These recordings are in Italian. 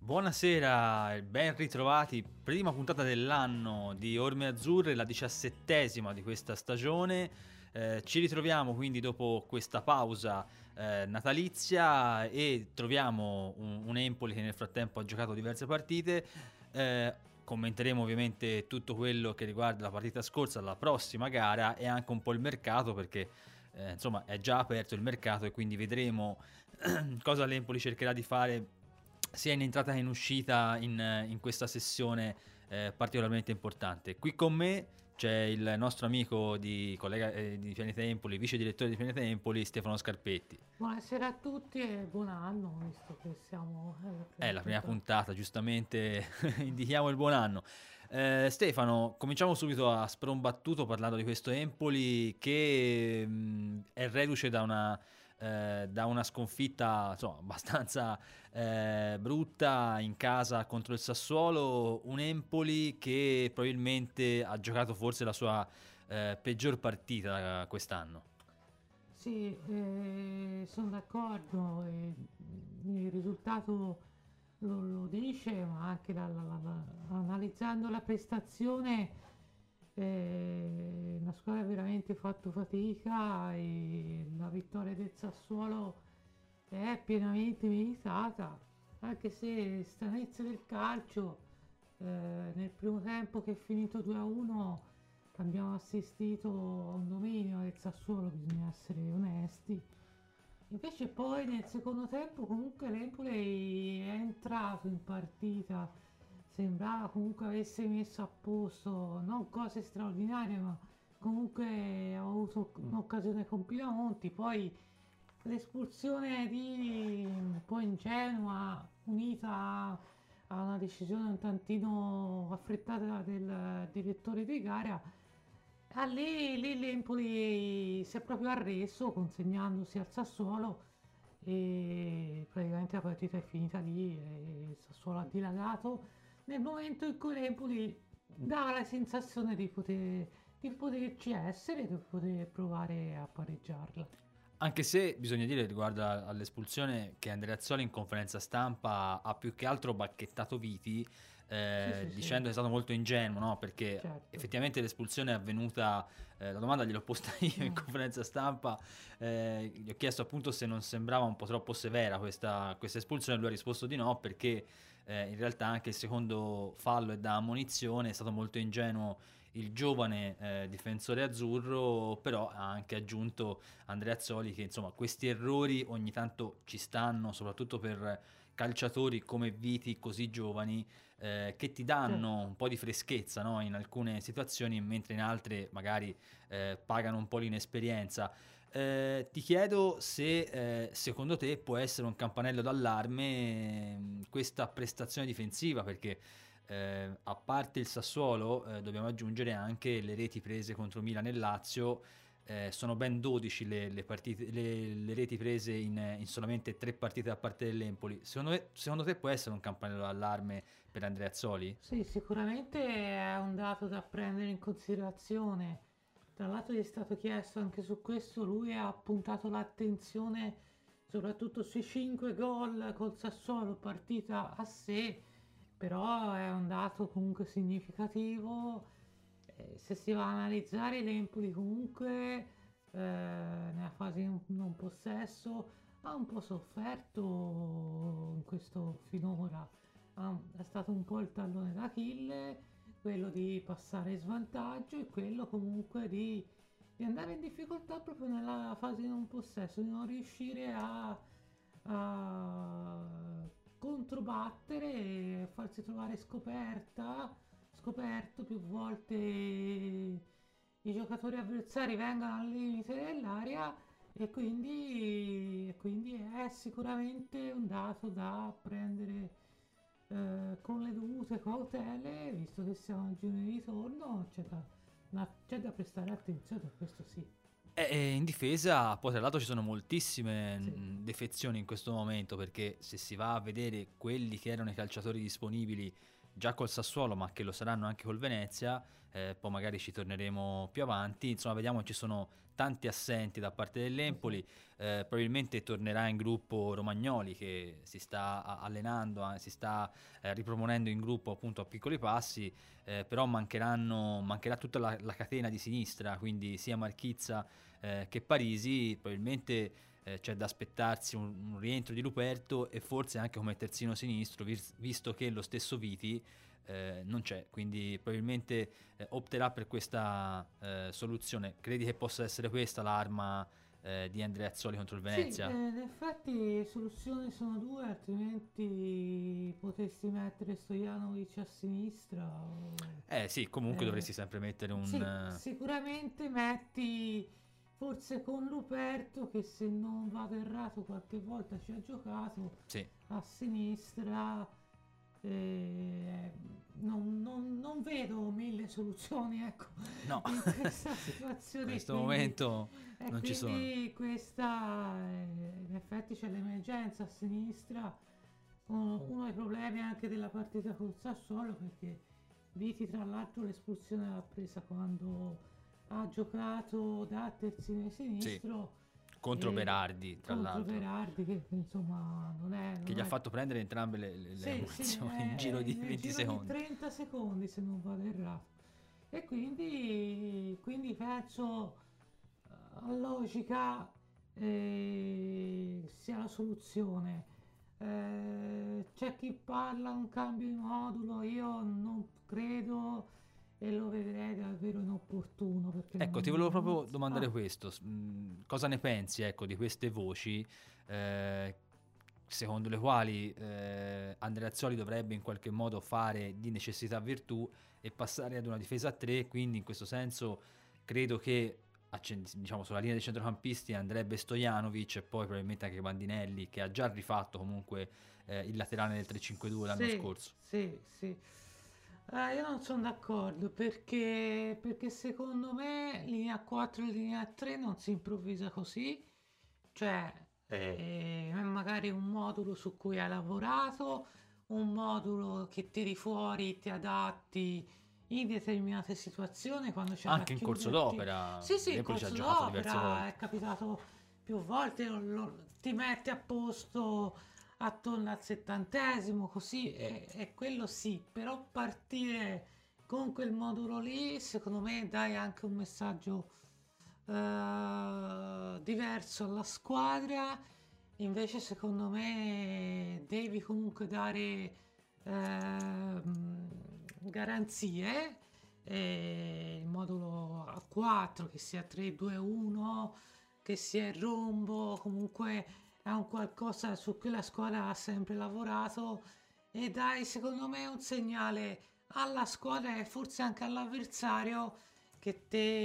Buonasera e ben ritrovati, prima puntata dell'anno di Orme Azzurre, la 17ª di questa stagione. Ci ritroviamo quindi dopo questa pausa natalizia e troviamo un Empoli che nel frattempo ha giocato diverse partite. Commenteremo ovviamente tutto quello che riguarda la partita scorsa, la prossima gara e anche un po' il mercato perché insomma è già aperto il mercato e quindi vedremo cosa l'Empoli cercherà di fare sia in entrata che in uscita in questa sessione particolarmente importante. Qui con me c'è il nostro amico collega di Pianeta Empoli, vice direttore di Pianeta Empoli, Stefano Scarpetti. Buonasera a tutti e buon anno, visto che siamo alla È prima la prima puntata. puntata, giustamente indichiamo il buon anno. Stefano, cominciamo subito a sprombattuto parlando di questo Empoli che è reduce da una sconfitta insomma, abbastanza brutta in casa contro il Sassuolo, un Empoli che probabilmente ha giocato forse la sua peggior partita quest'anno. Sì, sono d'accordo, il risultato lo dice, ma anche analizzando la prestazione, la squadra ha veramente fatto fatica e la vittoria del Sassuolo è pienamente meritata, anche se stranezza del calcio, nel primo tempo che è finito 2-1 abbiamo assistito a un dominio del Sassuolo, bisogna essere onesti. Invece poi nel secondo tempo comunque l'Empoli è entrato in partita, sembrava comunque avesse messo a posto, non cose straordinarie, ma comunque ha avuto un'occasione con Pinamonti, poi l'espulsione di un po' ingenua, unita a una decisione un tantino affrettata del direttore di gara, lì l'Empoli si è proprio arreso consegnandosi al Sassuolo e praticamente la partita è finita lì e il Sassuolo ha dilagato nel momento in cui l'Empoli dava la sensazione di poterci essere, di poter provare a pareggiarla. Anche se bisogna dire riguardo all'espulsione che Andreazzoli in conferenza stampa ha più che altro bacchettato Viti Sì, sì, sì, dicendo che è stato molto ingenuo, no? Perché certo. effettivamente l'espulsione è avvenuta, la domanda gliel'ho posta io in Mm. conferenza stampa, gli ho chiesto appunto se non sembrava un po' troppo severa questa espulsione, lui ha risposto di no perché in realtà anche il secondo fallo è da ammonizione, è stato molto ingenuo il giovane difensore azzurro, però ha anche aggiunto Andreazzoli che insomma questi errori ogni tanto ci stanno, soprattutto per calciatori come Viti così giovani che ti Certo. danno un po' di freschezza, no? In alcune situazioni, mentre in altre magari pagano un po' l'inesperienza. Ti chiedo se secondo te può essere un campanello d'allarme questa prestazione difensiva, perché a parte il Sassuolo dobbiamo aggiungere anche le reti prese contro Milan e Lazio. Sono ben 12 le reti prese in solamente 3 partite da parte dell'Empoli. Secondo te può essere un campanello d'allarme per Andreazzoli? Sì, sicuramente è un dato da prendere in considerazione. Tra l'altro gli è stato chiesto anche su questo, lui ha puntato l'attenzione soprattutto sui 5 gol col Sassuolo, partita a sé, però è un dato comunque significativo. Se si va a analizzare l'Empoli comunque nella fase non possesso ha un po' sofferto in questo finora. È stato un po' il tallone d'Achille, quello di passare in svantaggio e quello comunque di andare in difficoltà proprio nella fase di non possesso, di non riuscire a controbattere e farsi trovare scoperto più volte i giocatori avversari vengono al limite dell'area e quindi è sicuramente un dato da prendere con le dovute cautele, visto che siamo a giorni di ritorno, c'è da prestare attenzione, questo sì. E in difesa, poi tra l'altro ci sono moltissime Sì. defezioni in questo momento, perché se si va a vedere quelli che erano i calciatori disponibili già col Sassuolo, ma che lo saranno anche col Venezia, poi magari ci torneremo più avanti, insomma vediamo ci sono tanti assenti da parte dell'Empoli. Probabilmente tornerà in gruppo Romagnoli, che si sta allenando, si sta riproponendo in gruppo appunto a piccoli passi, però mancherà tutta la catena di sinistra, quindi sia Marchizza che Parisi. Probabilmente c'è da aspettarsi un rientro di Luperto e forse anche come terzino sinistro, visto che lo stesso Viti non c'è, quindi probabilmente opterà per questa soluzione. Credi che possa essere questa l'arma di Andreazzoli contro il Sì, Venezia? in effetti soluzioni sono due, altrimenti potresti mettere Stojanovic a sinistra. Sì, comunque Eh, dovresti sempre mettere un... sì, sicuramente metti forse con Luperto che se non vado errato qualche volta ci ha giocato sì, a sinistra. eh, non vedo mille soluzioni, ecco, no, in questa in situazione, questo quindi, momento non ci sono. questa in effetti c'è l'emergenza a sinistra. Uno dei problemi anche della partita col Sassuolo, perché Viti tra l'altro l'espulsione l'ha presa quando ha giocato da terzino Sì, sinistro contro e Berardi, tra contro l'altro, Berardi, che insomma che gli ha non è. fatto prendere entrambe le Sì, sì, munizioni in giro di nel 20 giro di secondi. 30 secondi se non vado errato. E quindi penso a logica sia la soluzione. C'è chi parla un cambio di modulo, io non credo e lo vedrei davvero inopportuno perché Ecco, ti volevo non proprio domandare ah, questo, cosa ne pensi, ecco, di queste voci, eh, secondo le quali Andreazzoli dovrebbe in qualche modo fare di necessità virtù e passare ad una difesa a 3, quindi in questo senso credo che diciamo, sulla linea dei centrocampisti andrebbe Stojanovic e poi probabilmente anche Bandinelli, che ha già rifatto comunque il laterale nel 3-5-2 l'anno sì, scorso. sì, sì. Io non sono d'accordo perché secondo me linea 4 e linea 3 non si improvvisa così, cioè magari un modulo su cui hai lavorato, un modulo che tiri fuori, ti adatti in determinate situazioni quando c'è da Anche in corso chiuderti. d'opera, Sì, sì, il l'Empoli ci ha corso giocato diverse d'opera volte. è capitato più volte, ti metti a posto attorno al settantesimo, così, e quello sì, però partire con quel modulo lì, secondo me dai anche un messaggio diverso alla squadra. Invece, secondo me, devi comunque dare garanzie. Il modulo a 4, che sia 3-2-1, che sia il rombo, comunque è un qualcosa su cui la squadra ha sempre lavorato e dai secondo me un segnale alla squadra e forse anche all'avversario che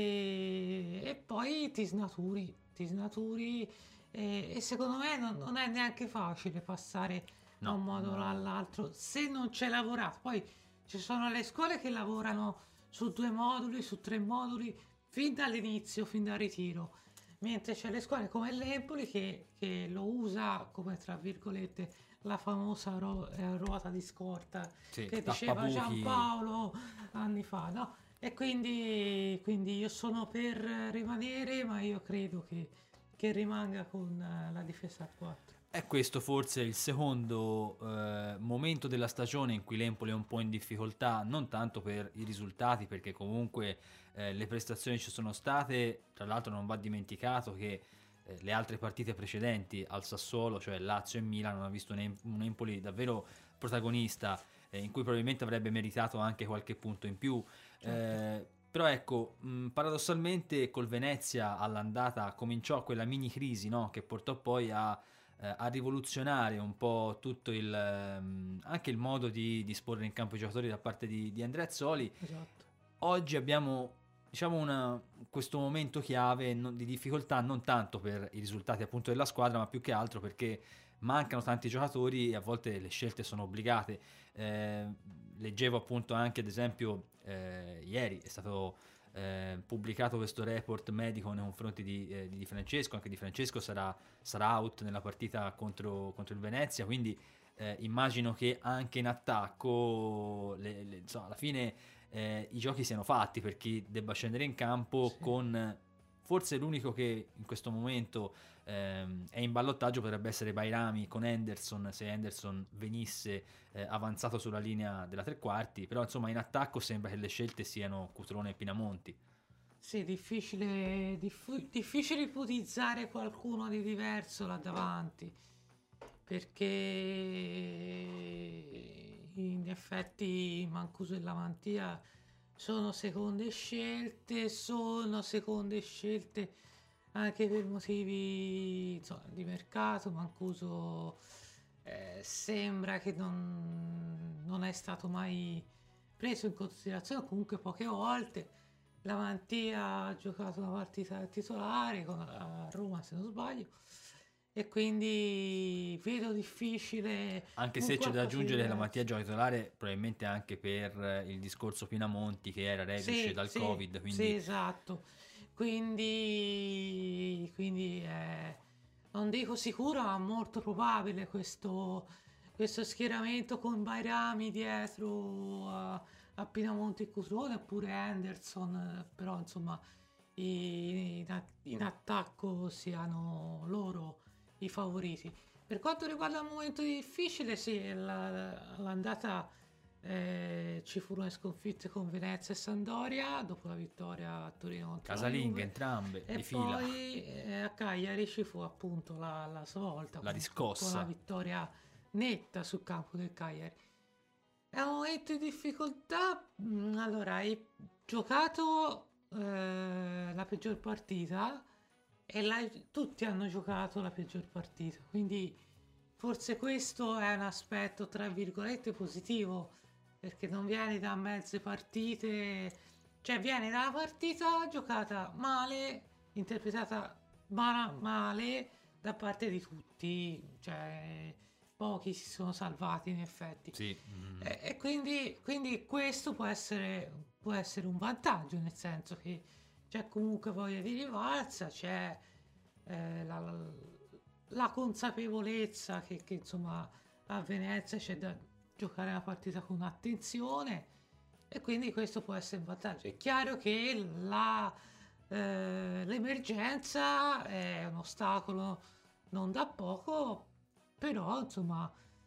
te e poi ti snaturi e secondo me non è neanche facile passare da No, un modulo no. all'altro se non c'è lavorato. Poi ci sono le scuole che lavorano su 2 moduli, su 3 moduli fin dall'inizio, fin dal ritiro. Mentre c'è le scuole come l'Empoli che lo usa come tra virgolette la famosa ruota di scorta Sì, che diceva tappabuchi. Giampaolo anni fa, no? E quindi io sono per rimanere, ma io credo che rimanga con la difesa a 4. È questo forse il secondo momento della stagione in cui l'Empoli è un po' in difficoltà, non tanto per i risultati, perché comunque le prestazioni ci sono state. Tra l'altro non va dimenticato che le altre partite precedenti al Sassuolo, cioè Lazio e Milan, hanno visto un Empoli davvero protagonista, in cui probabilmente avrebbe meritato anche qualche punto in più. Certo. Però ecco, paradossalmente col Venezia all'andata cominciò quella mini crisi, no? Che portò poi a rivoluzionare un po' tutto anche il modo di disporre in campo i giocatori da parte di Andreazzoli. Esatto. Oggi abbiamo, diciamo, questo momento chiave di difficoltà non tanto per i risultati appunto della squadra, ma più che altro perché mancano tanti giocatori e a volte le scelte sono obbligate. Eh, Leggevo appunto anche, ad esempio, ieri è stato pubblicato questo report medico nei confronti di Di Francesco. Anche Di Francesco sarà out nella partita contro il Venezia, quindi immagino che anche in attacco insomma, alla fine i giochi siano fatti per chi debba scendere in campo Sì. con Forse l'unico che in questo momento è in ballottaggio potrebbe essere Bairami con Henderson, se Henderson venisse avanzato sulla linea della tre quarti, però insomma in attacco sembra che le scelte siano Cutrone e Pinamonti. Sì, difficile ipotizzare qualcuno di diverso là davanti, perché in effetti Mancuso e Lamantia sono seconde scelte anche per motivi insomma, di mercato. Mancuso sembra che non è stato mai preso in considerazione, comunque poche volte. Lamantia ha giocato una partita titolare a Roma, se non sbaglio, e quindi vedo difficile Anche un se c'è da qualcosa di aggiungere che la Mattia diverso. gioca titolare, probabilmente anche per il discorso Pinamonti che era reduce Sì, dal sì, Covid, sì, quindi esatto. Quindi non dico sicuro, ma molto probabile questo schieramento con Bairami dietro a Pinamonti e Cutrone, oppure Henderson, però insomma in attacco siano loro i favoriti. Per quanto riguarda il momento difficile, sì, l'andata ci furono le sconfitte con Venezia e Sampdoria dopo la vittoria a Torino contro la casalinghe Juve, entrambe e di fila, poi a Cagliari ci fu appunto la svolta la con la riscossa. vittoria netta sul campo del Cagliari. È un momento di difficoltà. Allora, hai giocato la peggior partita e tutti hanno giocato la peggior partita, quindi forse questo è un aspetto tra virgolette positivo, perché non vieni da mezze partite, cioè vieni da una partita giocata male, interpretata male da parte di tutti, cioè pochi si sono salvati in effetti. Sì, E quindi questo può essere un vantaggio, nel senso che c'è comunque voglia di rivalsa, c'è la consapevolezza che insomma a Venezia c'è da giocare la partita con attenzione, e quindi questo può essere un vantaggio. È chiaro che l'emergenza è un ostacolo non da poco, però insomma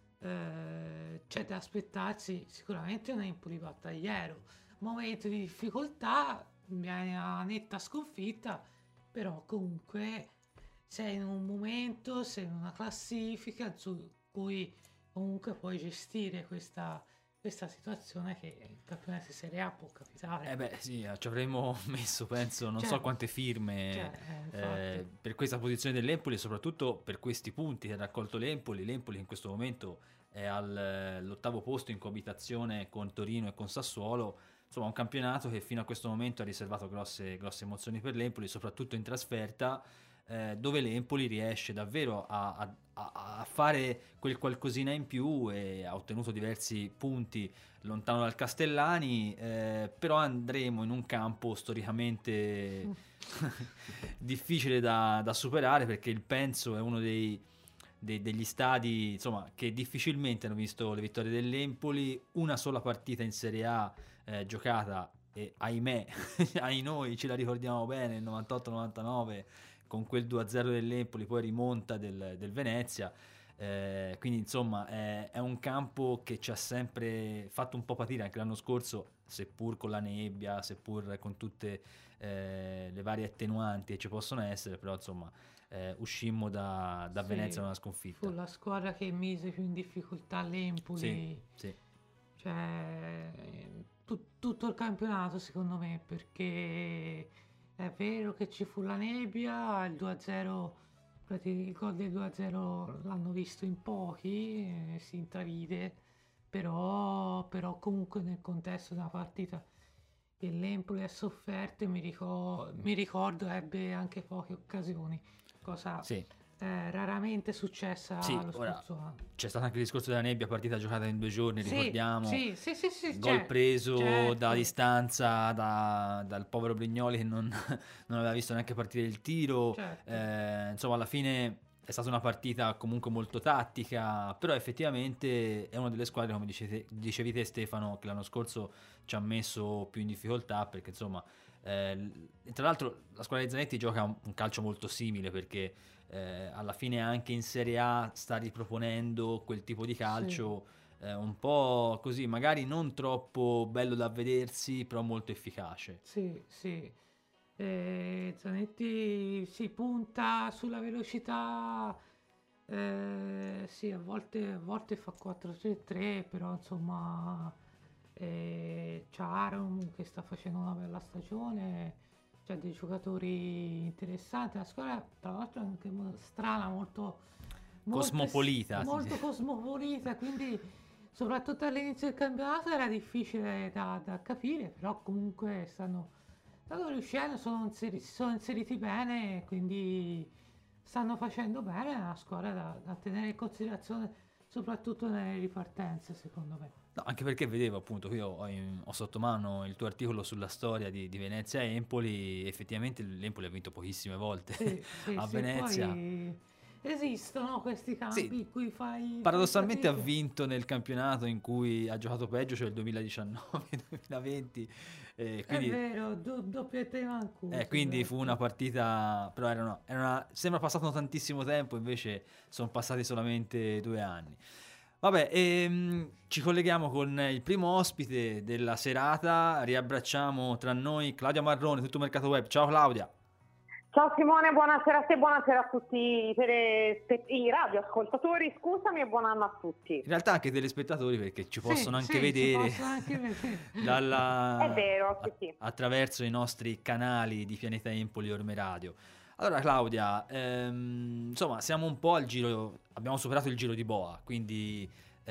c'è da aspettarsi sicuramente un Empoli battagliero. Momento di difficoltà, viene una netta sconfitta, però comunque sei in una classifica su cui comunque puoi gestire questa situazione che in campionato di Serie A può capitare. eh beh sì, ci avremmo messo penso non so Cioè, quante firme infatti, per questa posizione dell'Empoli e soprattutto per questi punti che ha raccolto l'Empoli in questo momento è all'ottavo posto in coabitazione con Torino e con Sassuolo. Insomma, un campionato che fino a questo momento ha riservato grosse emozioni per l'Empoli, soprattutto in trasferta, dove l'Empoli riesce davvero a fare quel qualcosina in più e ha ottenuto diversi punti lontano dal Castellani, però andremo in un campo storicamente difficile da superare, perché il Penso è uno degli stadi insomma, che difficilmente hanno visto le vittorie dell'Empoli, una sola partita in Serie A giocata, e ahimè, ai noi ce la ricordiamo bene, il 98-99 con quel 2-0 dell'Empoli, poi rimonta del Venezia. Quindi insomma è un campo che ci ha sempre fatto un po' patire anche l'anno scorso, seppur con la nebbia, seppur con tutte le varie attenuanti che ci possono essere, però insomma uscimmo da Venezia sì, da una fu sconfitta. la squadra che mise più in difficoltà Sì, l'Empoli, sì. cioè tutto il campionato secondo me, perché è vero che ci fu la nebbia, il 2-0, il gol del 2-0 l'hanno visto in pochi, si intravide, però comunque nel contesto della partita che l'Empoli ha sofferto, e mi ricordo ebbe anche poche occasioni, cosa Sì, raramente successa sì, lo ora scorso anno. c'è stato anche il discorso della nebbia, partita giocata in 2 giorni, Sì, ricordiamo, sì, sì, sì, sì, gol preso da certo, distanza dal povero Brignoli che non aveva visto neanche partire il tiro. certo. Insomma alla fine è stata una partita comunque molto tattica, però effettivamente è una delle squadre, come dicevi te Stefano, che l'anno scorso ci ha messo più in difficoltà, perché insomma Tra l'altro la squadra di Zanetti gioca un calcio molto simile, perché alla fine anche in Serie A sta riproponendo quel tipo di Sì, calcio, un po' così, magari non troppo bello da vedersi, però molto efficace. sì, sì. Zanetti si punta sulla velocità, sì, a volte fa 4-3-3, però insomma c'ha Aron che sta facendo una bella stagione, c'è dei giocatori interessanti, la squadra tra l'altro è anche strana, Cosmopolita, sì, sì. molto cosmopolita, quindi soprattutto all'inizio del campionato era difficile da capire, però comunque stanno riuscendo, si sono inseriti bene, quindi stanno facendo bene, è una squadra da tenere in considerazione soprattutto nelle ripartenze, secondo me. No, anche perché vedevo, appunto, io ho sotto mano il tuo articolo sulla storia di Venezia e Empoli. Effettivamente l'Empoli ha vinto pochissime volte Sì, sì, a sì, Venezia. poi esistono questi Sì, campi in cui fai paradossalmente ha fatica. vinto nel campionato in cui ha giocato peggio, cioè il 2019-2020, È quindi, vero, doppietta di Mancuso, quindi fu una esatto. partita, però sembra passato tantissimo tempo, invece sono passati solamente 2 anni. Vabbè, ci colleghiamo con il primo ospite della serata, riabbracciamo tra noi Claudia Marrone, tutto Mercato Web. Ciao Claudia. Ciao Simone, buonasera a te, buonasera a tutti i radioascoltatori, scusami, e buon anno a tutti. In realtà anche i telespettatori, perché ci Sì, possono anche sì, ci vedere possono anche vedere. È vero, sì, sì. attraverso i nostri canali di Pianeta Empoli Orme Radio. Allora Claudia, insomma siamo un po' al giro, abbiamo superato il giro di boa, quindi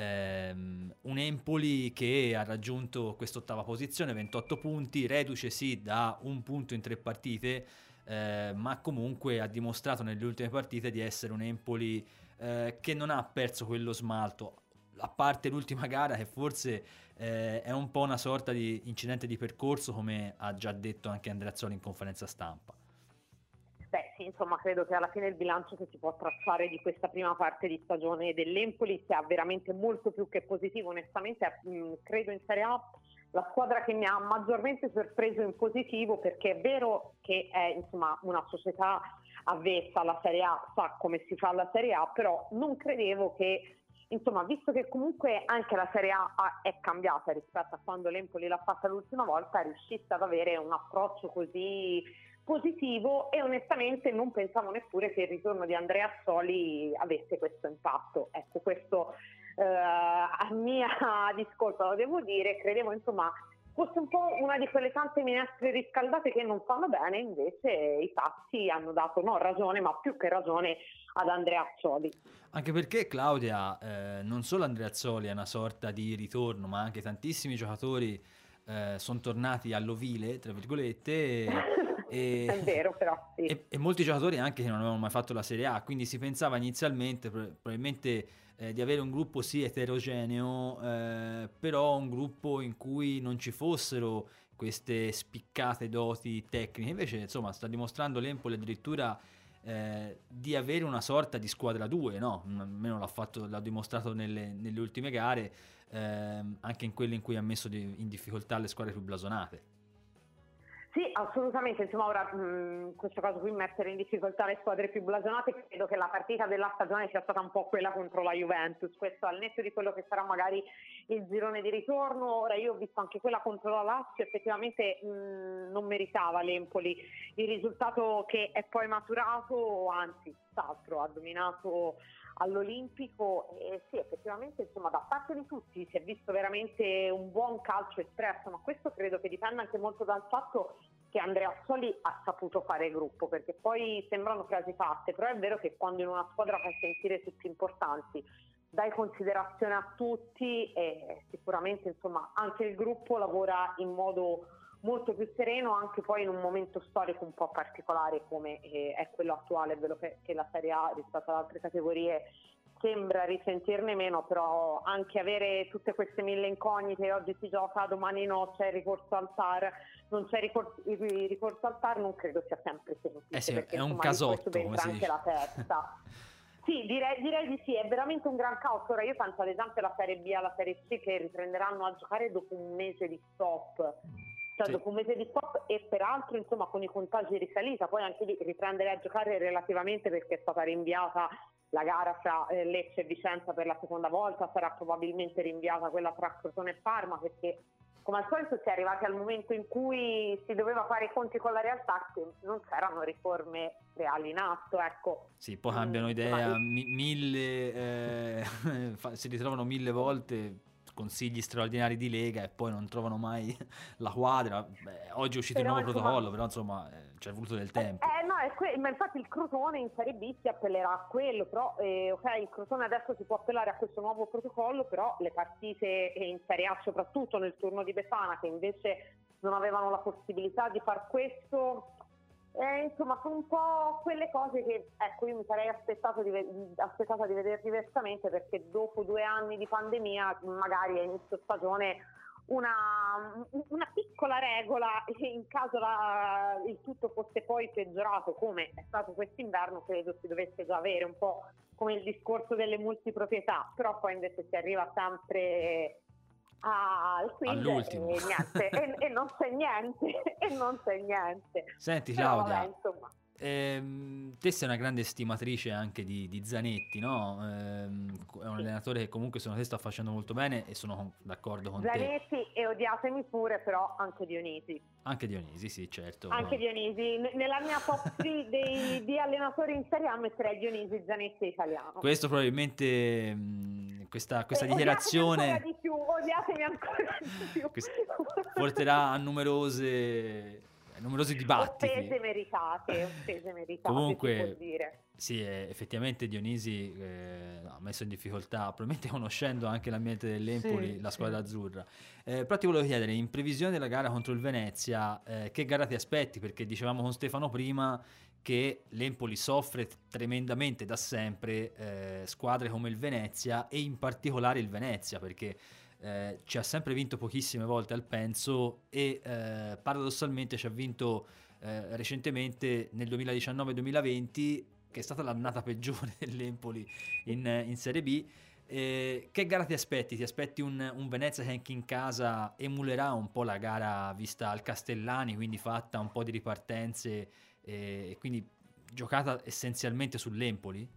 un Empoli che ha raggiunto quest'ottava posizione, 28 punti, reduce sì da un punto in 3 partite, ma comunque ha dimostrato nelle ultime partite di essere un Empoli che non ha perso quello smalto, a parte l'ultima gara che forse è un po' una sorta di incidente di percorso, come ha già detto anche Andreazzoli in conferenza stampa. Beh sì, insomma credo che alla fine il bilancio che si può tracciare di questa prima parte di stagione dell'Empoli sia veramente molto più che positivo. Onestamente credo in Serie A la squadra che mi ha maggiormente sorpreso in positivo, perché è vero che è insomma una società avvezza alla Serie A, sa come si fa alla Serie A, però non credevo che, insomma, visto che comunque anche la Serie A è cambiata rispetto a quando l'Empoli l'ha fatta l'ultima volta, riuscisse ad avere un approccio così positivo, e onestamente non pensavo neppure che il ritorno di Andrea Soli avesse questo impatto. Ecco, questo a mia discolpa lo devo dire, credevo insomma fosse un po' una di quelle tante minestre riscaldate che non fanno bene, invece i fatti hanno dato non ragione, ma più che ragione ad Andrea Soli. Anche perché Claudia, non solo Andreazzoli è una sorta di ritorno, ma anche tantissimi giocatori sono tornati all'ovile, tra virgolette, È vero, però sì. e molti giocatori anche che non avevano mai fatto la Serie A, quindi si pensava inizialmente probabilmente di avere un gruppo sì eterogeneo, però un gruppo in cui non ci fossero queste spiccate doti tecniche. Invece insomma sta dimostrando l'Empoli addirittura di avere una sorta di squadra 2, no? Almeno l'ha dimostrato nelle ultime gare, anche in quelle in cui ha messo in difficoltà le squadre più blasonate. Sì, assolutamente, insomma ora in questo caso qui mettere in difficoltà le squadre più blasonate, credo che la partita della stagione sia stata un po' quella contro la Juventus, questo al netto di quello che sarà magari il girone di ritorno. Ora io ho visto anche quella contro la Lazio, effettivamente non meritava l'Empoli il risultato che è poi maturato, anzi tutt'altro, ha dominato all'Olimpico, e sì, effettivamente insomma da parte di tutti si è visto veramente un buon calcio espresso, ma questo credo che dipenda anche molto dal fatto che Andrea Soli ha saputo fare gruppo, perché poi sembrano frasi fatte, però è vero che quando in una squadra fai sentire tutti importanti, dai considerazione a tutti, e sicuramente insomma anche il gruppo lavora in modo molto più sereno, anche poi in un momento storico un po' particolare come è quello attuale. È vero che la Serie A rispetto ad altre categorie sembra risentirne meno, però anche avere tutte queste mille incognite, oggi si gioca, domani no, c'è il ricorso al TAR, non c'è il ricorso al TAR, non credo sia sempre semplice, Sì, perché è un insomma casotto, poi come subentra si anche dice. la testa. Sì, direi di sì, è veramente un gran caos. Ora io penso ad esempio alla Serie B e alla Serie C che riprenderanno a giocare dopo un mese di stop. cioè Sì. dopo un mese di stop, e peraltro insomma con i contagi in risalita, poi anche lì riprendere a giocare relativamente, perché è stata rinviata la gara fra Lecce e Vicenza per la seconda volta, sarà probabilmente rinviata quella tra Crotone e Parma, perché come al solito si è arrivati al momento in cui si doveva fare i conti con la realtà, che non c'erano riforme reali in atto, ecco. Sì, poi cambiano Insomma, idea, si ritrovano 1000 volte consigli straordinari di Lega e poi non trovano mai la quadra. Beh, oggi è uscito il però nuovo insomma, protocollo, però insomma ci è voluto del tempo. no, ma infatti il Crotone in Serie B si appellerà a quello, però ok, il Crotone adesso si può appellare a questo nuovo protocollo, però le partite in Serie A, soprattutto nel turno di Befana, che invece non avevano la possibilità di far questo, insomma sono un po' quelle cose che, ecco, io mi sarei aspettata di vedere diversamente, perché dopo 2 anni di pandemia magari a inizio stagione una piccola regola, in caso il tutto fosse poi peggiorato come è stato quest'inverno, credo si dovesse già avere, un po' come il discorso delle multiproprietà, però poi invece si arriva sempre al quid All'ultimo. e niente, e non c'è niente, e non c'è niente. Senti Però Claudia, vabbè, insomma. te sei una grande stimatrice anche di Zanetti, no? È un Sì. allenatore che comunque secondo te sta facendo molto bene e sono d'accordo con te. Zanetti, e odiatemi pure, però anche Dionisi. Anche Dionisi, sì, certo. Anche Dionisi, nella mia top 3 di allenatori in Serie A metterei Dionisi, Zanetti e Italiano. Questo probabilmente, questa dichiarazione Odiatemi ancora di più. porterà a numerosi dibattiti. Offese meritate, Comunque, si può dire. sì, effettivamente Dionisi ha messo in difficoltà, probabilmente conoscendo anche l'ambiente dell'Empoli, Sì, la squadra sì. azzurra. Però ti volevo chiedere, in previsione della gara contro il Venezia, che gara ti aspetti? Perché dicevamo con Stefano prima che l'Empoli soffre tremendamente da sempre squadre come il Venezia, e in particolare il Venezia, perché ci ha sempre vinto pochissime volte al Penso e paradossalmente ci ha vinto recentemente nel 2019-2020, che è stata l'annata peggiore dell'Empoli in Serie B. Che gara ti aspetti? Ti aspetti un Venezia che anche in casa emulerà un po' la gara vista al Castellani, quindi fatta un po' di ripartenze e quindi giocata essenzialmente sull'Empoli?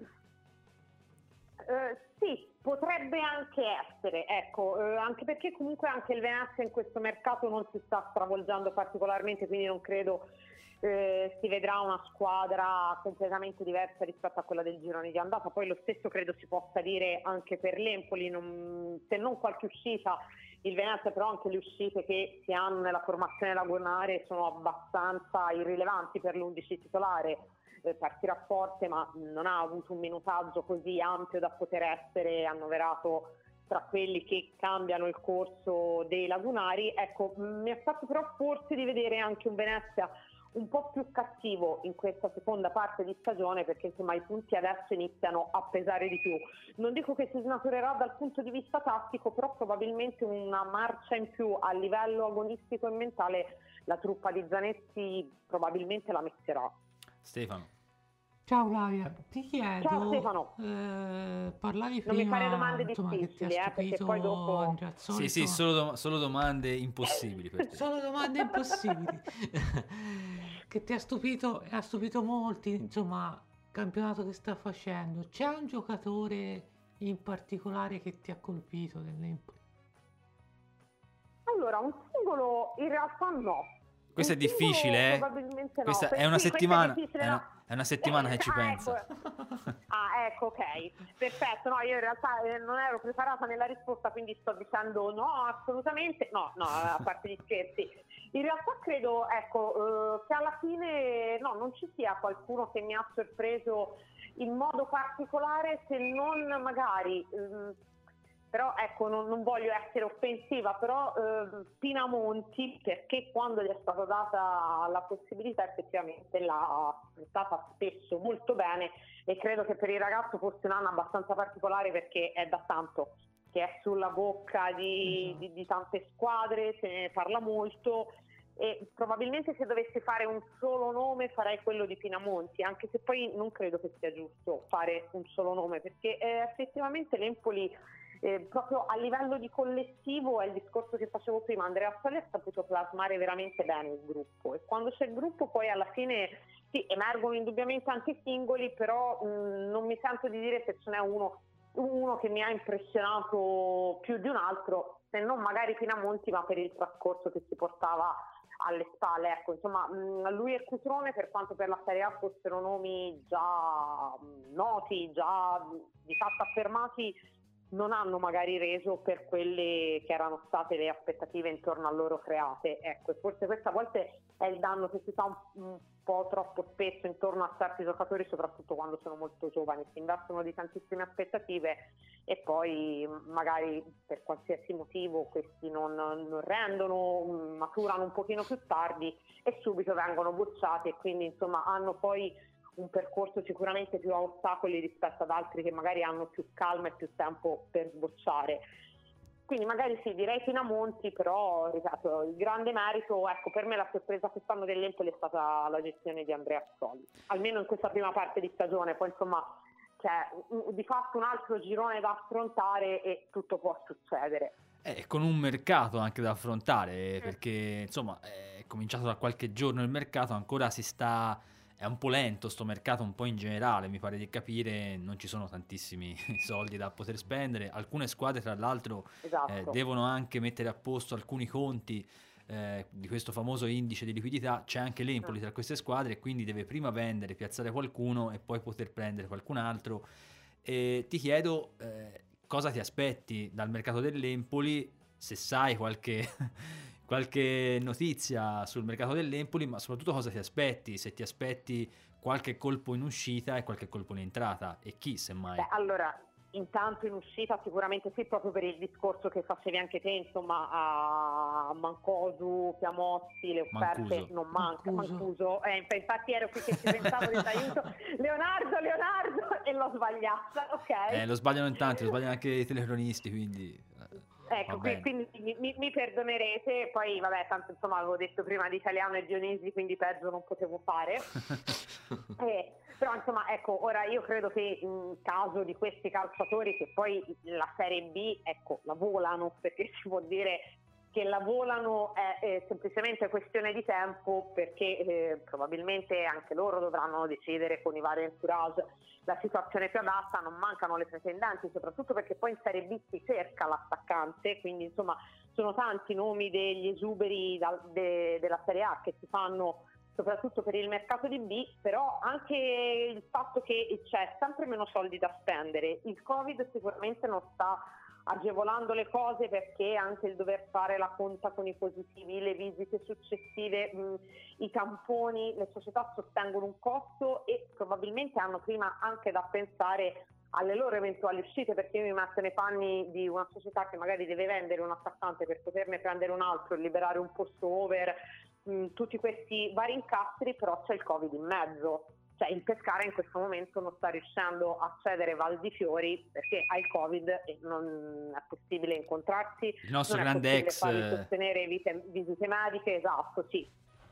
Sì, potrebbe anche essere, ecco, anche perché comunque anche il Venezia in questo mercato non si sta stravolgendo particolarmente, quindi non credo si vedrà una squadra completamente diversa rispetto a quella del girone di andata. Poi lo stesso credo si possa dire anche per l'Empoli, se non qualche uscita, il Venezia, però anche le uscite che si hanno nella formazione lagunare sono abbastanza irrilevanti per l'11 titolare. Partirà forte, ma non ha avuto un minutaggio così ampio da poter essere annoverato tra quelli che cambiano il corso dei lagunari. Ecco, mi ha fatto però forse di vedere anche un Venezia un po' più cattivo in questa seconda parte di stagione, perché insomma i punti adesso iniziano a pesare di più. Non dico che si snaturerà dal punto di vista tattico, però probabilmente una marcia in più a livello agonistico e mentale la truppa di Zanetti probabilmente la metterà. Stefano. Ciao Flavia, ti chiedo, Ciao Stefano. parlavi Non mi prima, fare domande insomma, che ti difficili, ha perché stupito poi dopo... Andreazzoli, Sì, insomma. solo domande impossibili per te. Solo domande impossibili. Che ti ha stupito e ha stupito molti, insomma, il campionato che sta facendo. C'è un giocatore in particolare che ti ha colpito dell'Empoli? Allora, un singolo in realtà no. Questo è Un singolo difficile, probabilmente no. Questa è una Sì, settimana, questo è difficile, no. è una settimana che ci Ah, pensa. ecco, ok, perfetto. No, io in realtà non ero preparata nella risposta, quindi sto dicendo no, assolutamente no, a parte gli scherzi. In realtà credo, ecco, che alla fine no, non ci sia qualcuno che mi ha sorpreso in modo particolare, se non magari... però ecco, non voglio essere offensiva, però Pinamonti, perché quando gli è stata data la possibilità effettivamente l'ha sfruttata spesso molto bene, e credo che per il ragazzo fosse un anno abbastanza particolare, perché è da tanto che è sulla bocca di tante squadre, se ne parla molto, e probabilmente se dovessi fare un solo nome farei quello di Pinamonti, anche se poi non credo che sia giusto fare un solo nome, perché effettivamente l'Empoli proprio a livello di collettivo è il discorso che facevo prima. Andrea Soli ha saputo plasmare veramente bene il gruppo, e quando c'è il gruppo poi alla fine sì, emergono indubbiamente anche i singoli, però non mi sento di dire se ce n'è uno che mi ha impressionato più di un altro, se non magari Pinamonti, ma per il trascorso che si portava alle spalle. Ecco, insomma, lui e Cutrone, per quanto per la Serie A fossero nomi già noti, già di fatto affermati, non hanno magari reso per quelle che erano state le aspettative intorno a loro create. Ecco, e forse questa a volte è il danno che si fa un po' troppo spesso intorno a certi giocatori, soprattutto quando sono molto giovani, si investono di tantissime aspettative e poi magari per qualsiasi motivo questi non rendono, maturano un pochino più tardi e subito vengono bocciati, e quindi insomma hanno poi un percorso sicuramente più a ostacoli rispetto ad altri che magari hanno più calma e più tempo per sbocciare. Quindi magari sì, direi Pinamonti, però ripeto, il grande merito, ecco, per me la sorpresa quest'anno dell'Empoli è stata la gestione di Andrea Soli, almeno in questa prima parte di stagione. Poi insomma c'è di fatto un altro girone da affrontare e tutto può succedere. Con un mercato anche da affrontare, perché insomma è cominciato da qualche giorno il mercato, ancora è un po' lento sto mercato, un po' in generale, mi pare di capire, non ci sono tantissimi soldi da poter spendere. Alcune squadre tra l'altro Esatto. devono anche mettere a posto alcuni conti di questo famoso indice di liquidità. C'è anche l'Empoli tra queste squadre, e quindi deve prima vendere, piazzare qualcuno e poi poter prendere qualcun altro. E ti chiedo cosa ti aspetti dal mercato dell'Empoli, se sai qualche notizia sul mercato dell'Empoli, ma soprattutto cosa ti aspetti, se ti aspetti qualche colpo in uscita e qualche colpo in entrata, e chi semmai. Beh, allora, intanto in uscita sicuramente sì, proprio per il discorso che facevi anche te, insomma, a Mancosu, Piamozzi, le offerte Mancuso. non mancano. Mancuso, infatti ero qui che ci pensavo di aiuto. Leonardo, e l'ho sbagliata, ok? Lo sbagliano in tanti, lo sbagliano anche i telecronisti, quindi Ecco, quindi mi perdonerete, poi vabbè, tanto insomma avevo detto prima di Italiano e Dionisi, quindi peggio non potevo fare. Però insomma, ecco, ora io credo che in caso di questi calciatori, che poi la Serie B, ecco, la volano, perché si può dire che la volano, è semplicemente questione di tempo, perché probabilmente anche loro dovranno decidere con i vari entourage la situazione più adatta. Non mancano le pretendenti, soprattutto perché poi in Serie B si cerca l'attaccante, quindi insomma sono tanti nomi degli esuberi della Serie A che si fanno soprattutto per il mercato di B, però anche il fatto che c'è sempre meno soldi da spendere. Il Covid sicuramente non sta agevolando le cose, perché anche il dover fare la conta con i positivi, le visite successive, i tamponi, le società sostengono un costo e probabilmente hanno prima anche da pensare alle loro eventuali uscite, perché io mi metto nei panni di una società che magari deve vendere un attaccante per poterne prendere un altro e liberare un posto over, tutti questi vari incastri, però c'è il Covid in mezzo. Cioè il Pescara in questo momento non sta riuscendo a cedere Val di Fiori perché ha il Covid e non è possibile incontrarsi, il nostro non è grande possibile fargli sostenere visite mediche, esatto, sì.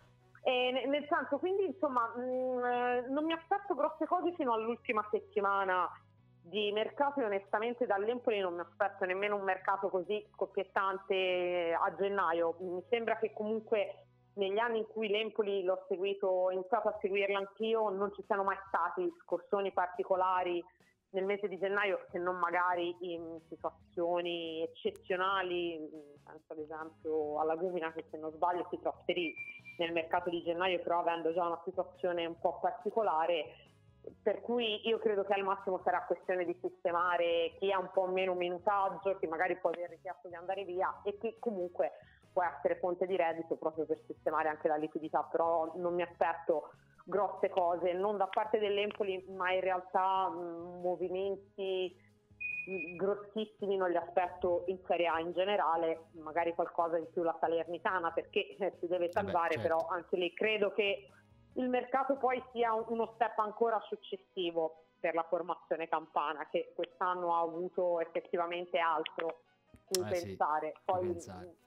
E nel senso, quindi insomma non mi aspetto grosse cose fino all'ultima settimana di mercato, e onestamente dall'Empoli non mi aspetto nemmeno un mercato così scoppiettante a gennaio. Mi sembra che comunque negli anni in cui l'Empoli l'ho seguito, ho iniziato a seguirlo anch'io, non ci siano mai stati scossoni particolari nel mese di gennaio, se non magari in situazioni eccezionali. Penso ad esempio alla Gumina, che se non sbaglio si trasferì nel mercato di gennaio, però avendo già una situazione un po' particolare, per cui io credo che al massimo sarà questione di sistemare chi ha un po' meno minutaggio, chi magari può aver richiesto di andare via e chi comunque può essere fonte di reddito proprio per sistemare anche la liquidità. Però non mi aspetto grosse cose, non da parte dell'Empoli, ma in realtà movimenti grossissimi non li aspetto in Serie A in generale. Magari qualcosa in più la Salernitana, perché si deve salvare, certo. però anche lì credo che il mercato poi sia uno step ancora successivo per la formazione campana, che quest'anno ha avuto effettivamente altro cui pensare. Poi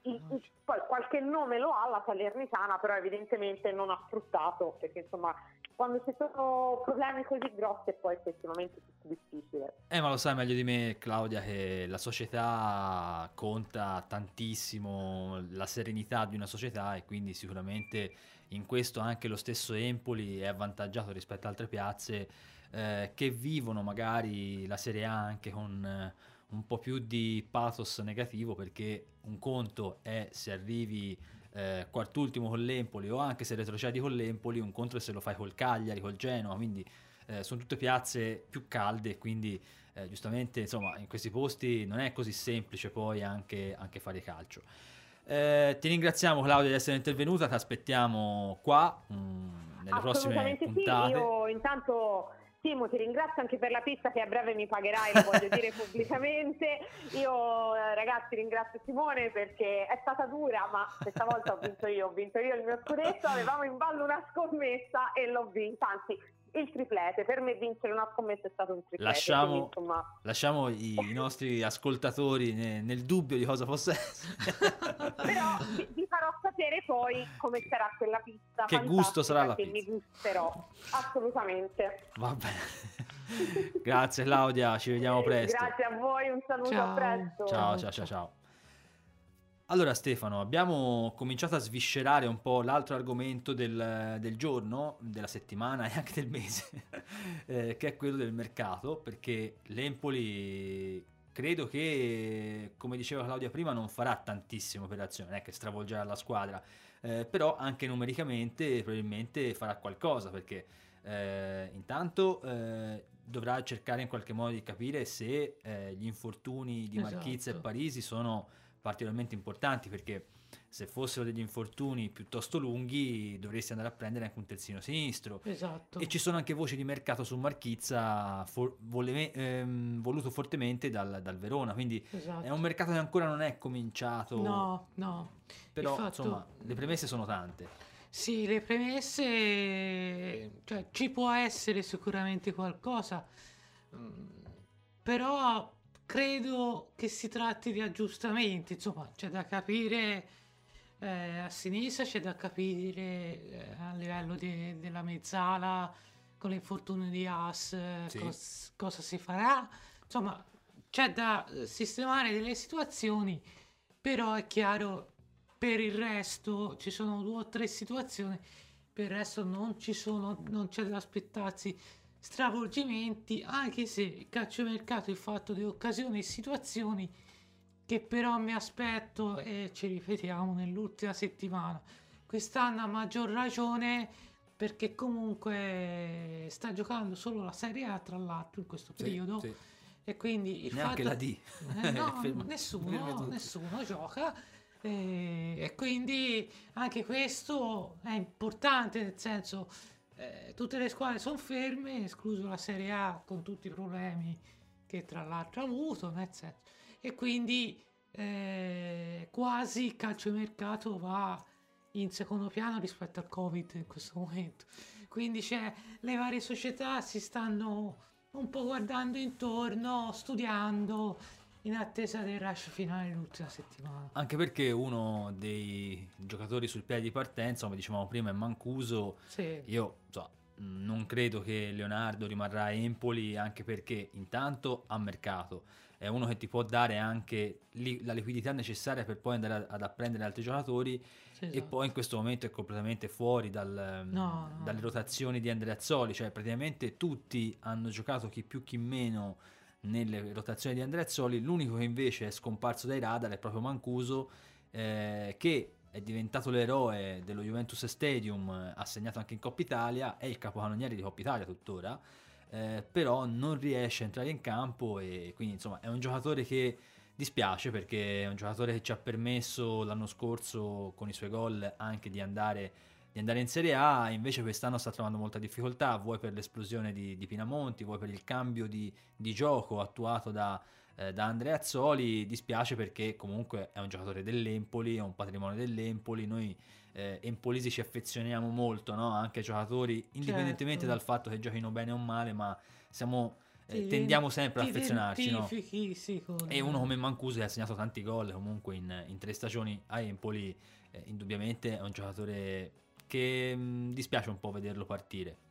qualche nome lo ha la Salernitana, però evidentemente non ha sfruttato, perché insomma quando ci sono problemi così grossi poi effettivamente è tutto difficile. Ma lo sai meglio di me, Claudia, che la società conta tantissimo, la serenità di una società, e quindi sicuramente in questo anche lo stesso Empoli è avvantaggiato rispetto ad altre piazze che vivono magari la Serie A anche con un po' più di pathos negativo, perché un conto è se arrivi quart'ultimo con l'Empoli o anche se retrocedi con l'Empoli, un conto è se lo fai col Cagliari, col Genoa, quindi sono tutte piazze più calde, quindi giustamente insomma in questi posti non è così semplice poi anche fare calcio. Ti ringraziamo Claudia di essere intervenuta, ti aspettiamo qua nelle prossime puntate. Sì, io intanto Timo ti ringrazio anche per la pizza che a breve mi pagherai, lo voglio dire pubblicamente. Io ragazzi ringrazio Simone perché è stata dura, ma questa volta ho vinto io il mio scudetto, avevamo in ballo una scommessa e l'ho vinta, anzi il triplete, per me vincere una scommessa è stato un triplete. Lasciamo i nostri ascoltatori nel dubbio di cosa possa essere. Però vi farò sapere poi come sarà quella pizza. Che gusto sarà la pizza? Mi gusterò, assolutamente. Va bene. Grazie Claudia, ci vediamo presto. Grazie a voi, un saluto, a presto. Ciao. Allora Stefano, abbiamo cominciato a sviscerare un po' l'altro argomento del giorno, della settimana e anche del mese, che è quello del mercato, perché l'Empoli credo che, come diceva Claudia prima, non farà tantissime operazioni, non è che stravolgerà la squadra, però anche numericamente probabilmente farà qualcosa, perché intanto dovrà cercare in qualche modo di capire se gli infortuni di Marchizza e Parisi sono particolarmente importanti, perché se fossero degli infortuni piuttosto lunghi dovresti andare a prendere anche un terzino sinistro. E ci sono anche voci di mercato su Marchizza voluto fortemente dal Verona, quindi è un mercato che ancora non è cominciato. No. Però insomma le premesse sono tante. Sì, le premesse, cioè ci può essere sicuramente qualcosa, però credo che si tratti di aggiustamenti, insomma c'è da capire a sinistra, c'è da capire a livello della mezzala con l'infortunio di Haas cosa si farà, insomma c'è da sistemare delle situazioni, però è chiaro per il resto ci sono 2 o 3 situazioni, per il resto non c'è da aspettarsi stravolgimenti, anche se il calciomercato è fatto di occasioni e situazioni che però mi aspetto, e ci ripetiamo nell'ultima settimana, quest'anno a maggior ragione, perché comunque sta giocando solo la Serie A tra l'altro in questo periodo, e quindi neanche la D nessuno gioca, e quindi anche questo è importante, nel senso tutte le squadre sono ferme, escluso la Serie A con tutti i problemi che tra l'altro ha avuto, nel senso, e quindi quasi il calciomercato va in secondo piano rispetto al Covid in questo momento, quindi le varie società si stanno un po' guardando intorno, studiando in attesa del rush finale dell'ultima settimana. Anche perché uno dei giocatori sul piede di partenza, come dicevamo prima, è Mancuso. Io non credo che Leonardo rimarrà a Empoli, anche perché intanto a mercato è uno che ti può dare anche la liquidità necessaria per poi andare ad apprendere altri giocatori, e poi in questo momento è completamente fuori dalle rotazioni di Andreazzoli, cioè praticamente tutti hanno giocato chi più chi meno nelle rotazioni di Andreazzoli. L'unico che invece è scomparso dai radar è proprio Mancuso, che è diventato l'eroe dello Juventus Stadium, assegnato anche in Coppa Italia, è il capocannoniere di Coppa Italia tuttora, però non riesce a entrare in campo, e quindi insomma è un giocatore che dispiace, perché è un giocatore che ci ha permesso l'anno scorso con i suoi gol anche di andare in Serie A, invece quest'anno sta trovando molta difficoltà, vuoi per l'esplosione di Pinamonti, vuoi per il cambio di gioco attuato da Andreazzoli. Dispiace perché comunque è un giocatore dell'Empoli, è un patrimonio dell'Empoli, noi empolisi ci affezioniamo molto, no? Anche ai giocatori, indipendentemente dal fatto che giochino bene o male, ma tendiamo sempre ad affezionarci, no? E uno come Mancuso che ha segnato tanti gol comunque in 3 stagioni a Empoli, indubbiamente è un giocatore che dispiace un po' vederlo partire.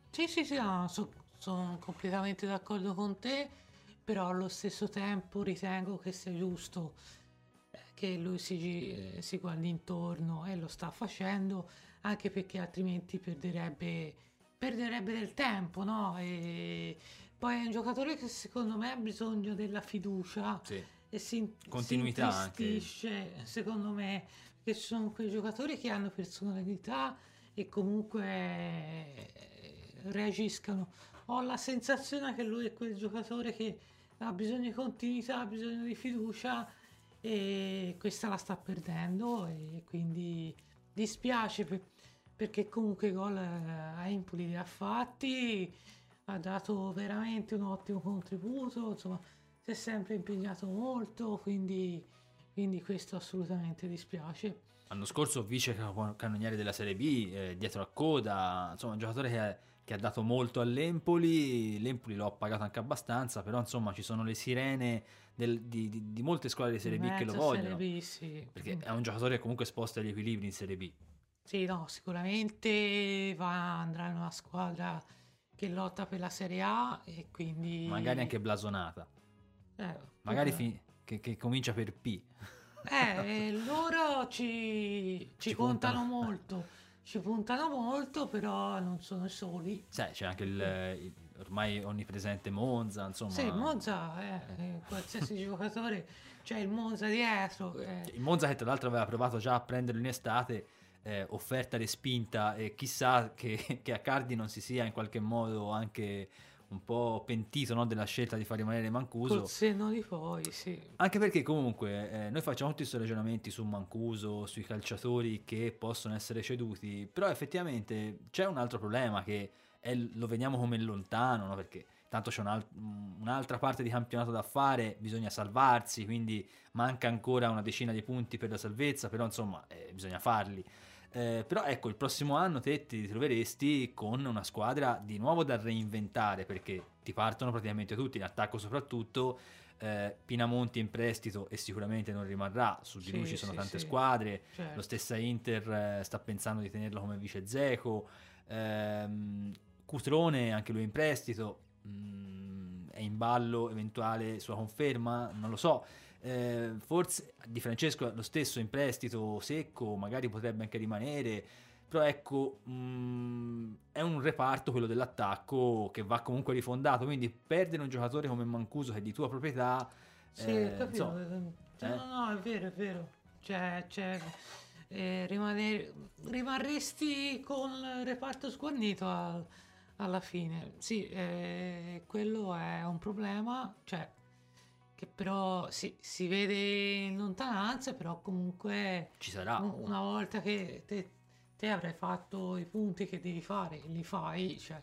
Sì, sì, sì, no, sono completamente d'accordo con te, però allo stesso tempo ritengo che sia giusto che lui si guardi intorno e lo sta facendo, anche perché altrimenti perderebbe del tempo, no? E poi è un giocatore che secondo me ha bisogno della fiducia Sì. e si Continuità anche. intristisce, secondo me, che ci sono quei giocatori che hanno personalità e comunque reagiscano. Ho la sensazione che lui è quel giocatore che ha bisogno di continuità, ha bisogno di fiducia e questa la sta perdendo e quindi dispiace perché comunque gol a Empoli li ha fatti, ha dato veramente un ottimo contributo, insomma si è sempre impegnato molto, quindi questo assolutamente dispiace. L'anno scorso vice cannoniere della Serie B, dietro a coda, insomma un giocatore che ha dato molto all'Empoli, l'Empoli lo ha pagato anche abbastanza, però insomma ci sono le sirene di molte squadre di Serie B che lo Mezza Serie vogliono, B, sì. perché è un giocatore che comunque sposta gli equilibri in Serie B, Sì, no, sicuramente andrà in una squadra che lotta per la Serie A e magari quindi anche blasonata, eh, magari che comincia per P. loro ci Ci puntano. ci puntano molto, però non sono soli. Sai, c'è anche il ormai onnipresente Monza, Sì, insomma. Monza, qualsiasi giocatore, c'è il Monza dietro. Il Monza che tra l'altro aveva provato già a prenderlo in estate, offerta respinta, e chissà che Accardi non si sia in qualche modo anche un po' pentito, no, della scelta di far rimanere Col Mancuso. senno di poi, sì. Anche perché comunque noi facciamo tutti questi ragionamenti su Mancuso, sui calciatori che possono essere ceduti, però effettivamente c'è un altro problema che lo vediamo come lontano, no? Perché tanto c'è un'altra parte di campionato da fare, bisogna salvarsi, quindi manca ancora una decina di punti per la salvezza, però insomma bisogna farli. Però ecco, il prossimo anno te ti ritroveresti con una squadra di nuovo da reinventare, perché ti partono praticamente tutti, in attacco soprattutto. Pinamonti in prestito e sicuramente non rimarrà, su di lui Sì, ci sono sì, tante sì, squadre, lo certo. stessa Inter sta pensando di tenerlo come vice Dzeko, Cutrone anche lui in prestito, è in ballo eventuale sua conferma, non lo so. Forse Di Francesco lo stesso in prestito secco, magari potrebbe anche rimanere, però ecco, è un reparto quello dell'attacco che va comunque rifondato, quindi perdere un giocatore come Mancuso che è di tua proprietà, Sì, ho capito. insomma, Cioè, no, no, è vero, è vero. Cioè, rimarresti con il reparto sguarnito alla fine. Sì, quello è un problema, cioè, che però si vede in lontananza, però comunque ci sarà. una volta che te avrai fatto i punti che devi fare, li fai, cioè,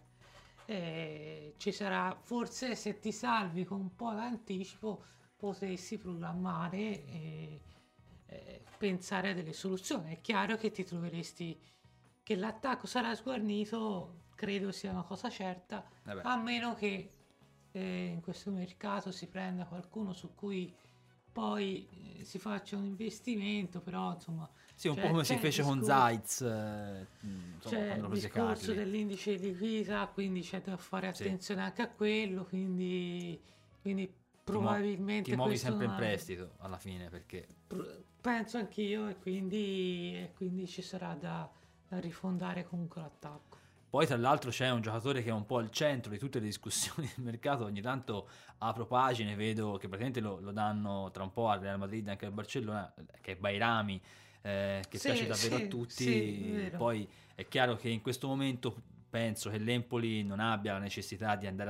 ci sarà, forse se ti salvi con un po' d'anticipo potresti programmare e pensare a delle soluzioni. È chiaro che ti troveresti che l'attacco sarà sguarnito, credo sia una cosa certa, Vabbè. a meno che in questo mercato si prenda qualcuno su cui poi si faccia un investimento, però insomma Sì, un po' come si fece con Zayz, insomma, c'è quando il lo prese discorso Carli. dell'indice di vita, quindi c'è da fare Sì. attenzione anche a quello, quindi Ti probabilmente muovi questo sempre in non è- prestito alla fine, perché penso anch'io e quindi ci sarà da rifondare comunque l'attacco. poi tra l'altro c'è un giocatore che è un po' al centro di tutte le discussioni del mercato, ogni tanto apro pagine, vedo che praticamente lo danno tra un po' al Real Madrid e anche al Barcellona, che è Bairami, che piace Sì, davvero a sì, sì, tutti. vero. Poi è chiaro che in questo momento penso che l'Empoli non abbia la necessità di andare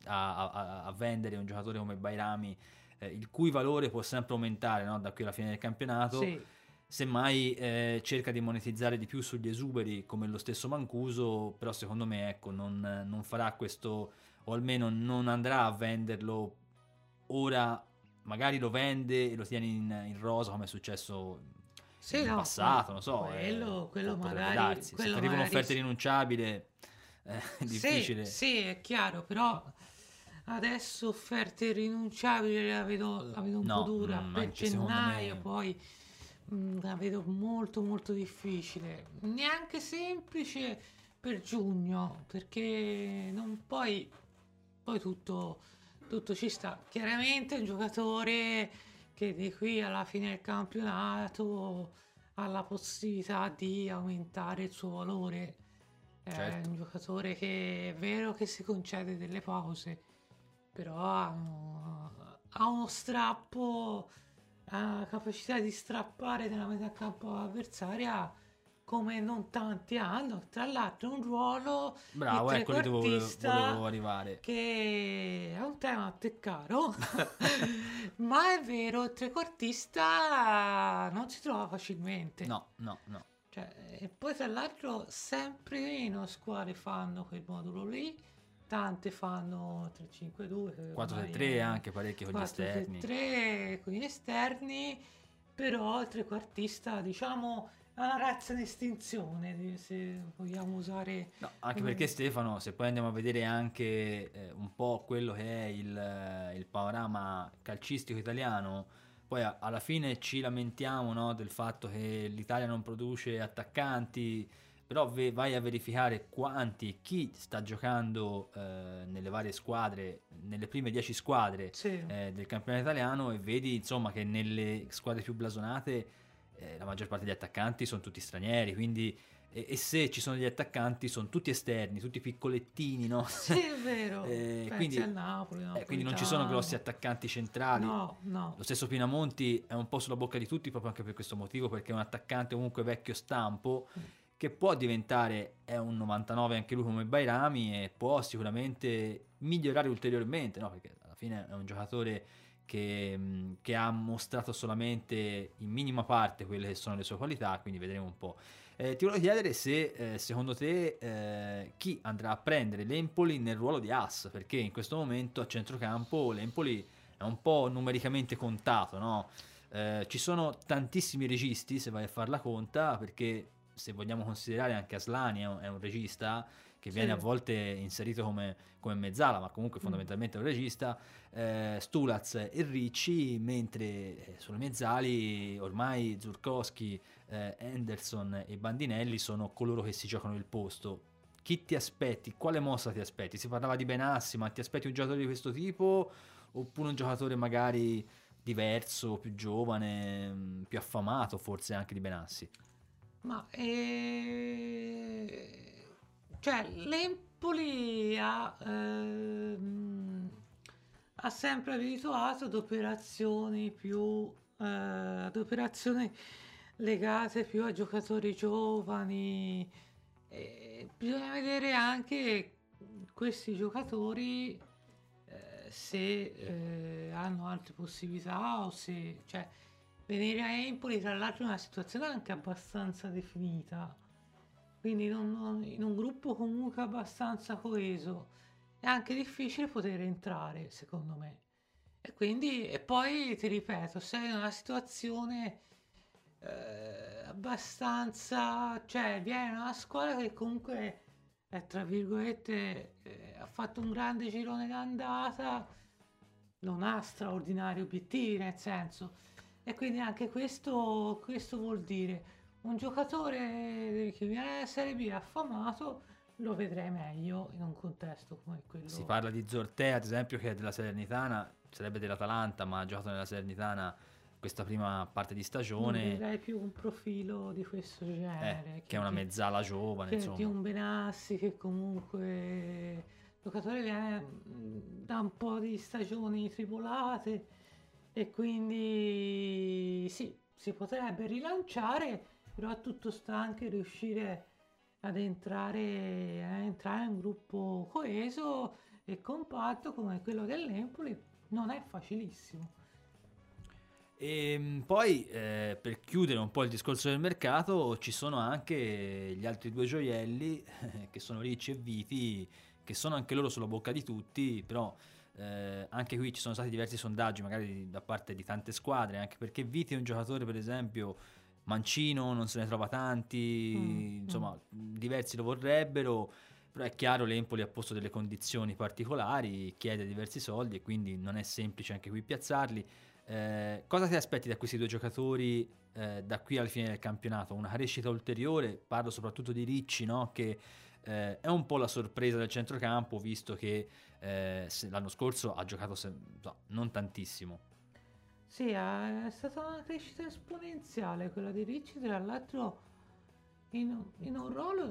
a vendere un giocatore come Bairami, il cui valore può sempre aumentare, no, da qui alla fine del campionato. Sì, Semmai cerca di monetizzare di più sugli esuberi come lo stesso Mancuso, però secondo me ecco, non farà questo, o almeno non andrà a venderlo ora, magari lo vende e lo tiene in rosa come è successo sì, in no, passato, non so, quello potrebbe magari, darsi. Se ti quello arriva magari un'offerta irrinunciabile è sì, difficile. sì, è chiaro, però adesso offerte irrinunciabili la vedo un po' No, dura per anche secondo gennaio, me poi la vedo molto molto difficile, neanche semplice, per giugno, perché non poi tutto ci sta. Chiaramente è un giocatore che di qui alla fine del campionato ha la possibilità di aumentare il suo valore. È Certo. un giocatore che è vero che si concede delle pause, però ha uno strappo, ha la capacità di strappare nella metà campo avversaria come non tanti hanno. Tra l'altro, un ruolo di Bravo, ecco lì dove volevo trequartista arrivare. che è un tema a te caro, ma è vero, il trequartista non si trova facilmente. No, no, no. Cioè, e poi tra l'altro sempre meno squadre fanno quel modulo lì, tante fanno 3-5-2, che ormai 4-3 è anche parecchie con gli esterni. 4-3 con gli esterni, però il trequartista diciamo è una razza in estinzione, se vogliamo usare... No, anche perché Stefano, se poi andiamo a vedere anche un po' quello che è il panorama calcistico italiano, poi alla fine ci lamentiamo, no, del fatto che l'Italia non produce attaccanti, però vai a verificare quanti e chi sta giocando nelle varie squadre, nelle prime 10 squadre Sì. del campionato italiano, e vedi insomma che nelle squadre più blasonate la maggior parte degli attaccanti sono tutti stranieri, quindi e se ci sono degli attaccanti sono tutti esterni, tutti piccolettini, no? Sì, è vero, pensi quindi, al Napoli, quindi non ci sono Napolitano. grossi attaccanti centrali. No, no. Lo stesso Pinamonti è un po' sulla bocca di tutti proprio anche per questo motivo, perché è un attaccante comunque vecchio stampo che può diventare, è un 99 anche lui come Bairami, e può sicuramente migliorare ulteriormente, no? Perché alla fine è un giocatore che ha mostrato solamente in minima parte quelle che sono le sue qualità, quindi vedremo un po'. Ti volevo chiedere se secondo te chi andrà a prendere l'Empoli nel ruolo di ass, perché in questo momento a centrocampo l'Empoli è un po' numericamente contato, no? Ci sono tantissimi registi, se vai a far la conta, perché se vogliamo considerare anche Aslani è un regista che viene a Sì. volte inserito come mezzala, ma comunque fondamentalmente è un regista, Stulaz e Ricci, mentre sulle mezzali ormai Zurkowski, Henderson e Bandinelli sono coloro che si giocano il posto. Chi ti aspetti? Quale mossa ti aspetti? Si parlava di Benassi, ma ti aspetti un giocatore di questo tipo oppure un giocatore magari diverso, più giovane, più affamato forse anche di Benassi? Ma cioè l'Empoli ha sempre abituato ad operazioni legate più a giocatori giovani. E bisogna vedere anche questi giocatori se hanno altre possibilità o se, cioè, venire a Empoli tra l'altro è una situazione anche abbastanza definita, quindi in un gruppo comunque abbastanza coeso è anche difficile poter entrare, secondo me. E quindi, e poi ti ripeto, sei in una situazione abbastanza, cioè viene da una squadra che comunque tra virgolette ha fatto un grande girone d'andata, non ha straordinari obiettivi nel senso, e quindi anche questo vuol dire un giocatore che viene dalla Serie B affamato lo vedrei meglio in un contesto come quello. Si parla di Zortea, ad esempio, che è della Salernitana, sarebbe dell'Atalanta, ma ha giocato nella Salernitana questa prima parte di Non stagione, vedrei più un profilo di questo genere che è una mezzala giovane, che insomma. di un Benassi che comunque il giocatore viene da un po' di stagioni tribolate e quindi sì, si potrebbe rilanciare, però tutto sta anche riuscire a entrare in un gruppo coeso e compatto come quello dell'Empoli. Non è facilissimo. E poi per chiudere un po' il discorso del mercato ci sono anche gli altri due gioielli che sono Ricci e Viti, che sono anche loro sulla bocca di tutti, però anche qui ci sono stati diversi sondaggi magari da parte di tante squadre, anche perché Viti è un giocatore, per esempio Mancino non se ne trova tanti, insomma diversi lo vorrebbero, però è chiaro l'Empoli ha posto delle condizioni particolari, chiede diversi soldi e quindi non è semplice anche qui piazzarli. Cosa ti aspetti da questi due giocatori da qui alla fine del campionato? Una crescita ulteriore? Parlo soprattutto di Ricci, no? Che è un po' la sorpresa del centrocampo, visto che l'anno scorso ha giocato no, non tantissimo. Sì, è stata una crescita esponenziale quella di Ricci, tra l'altro in un ruolo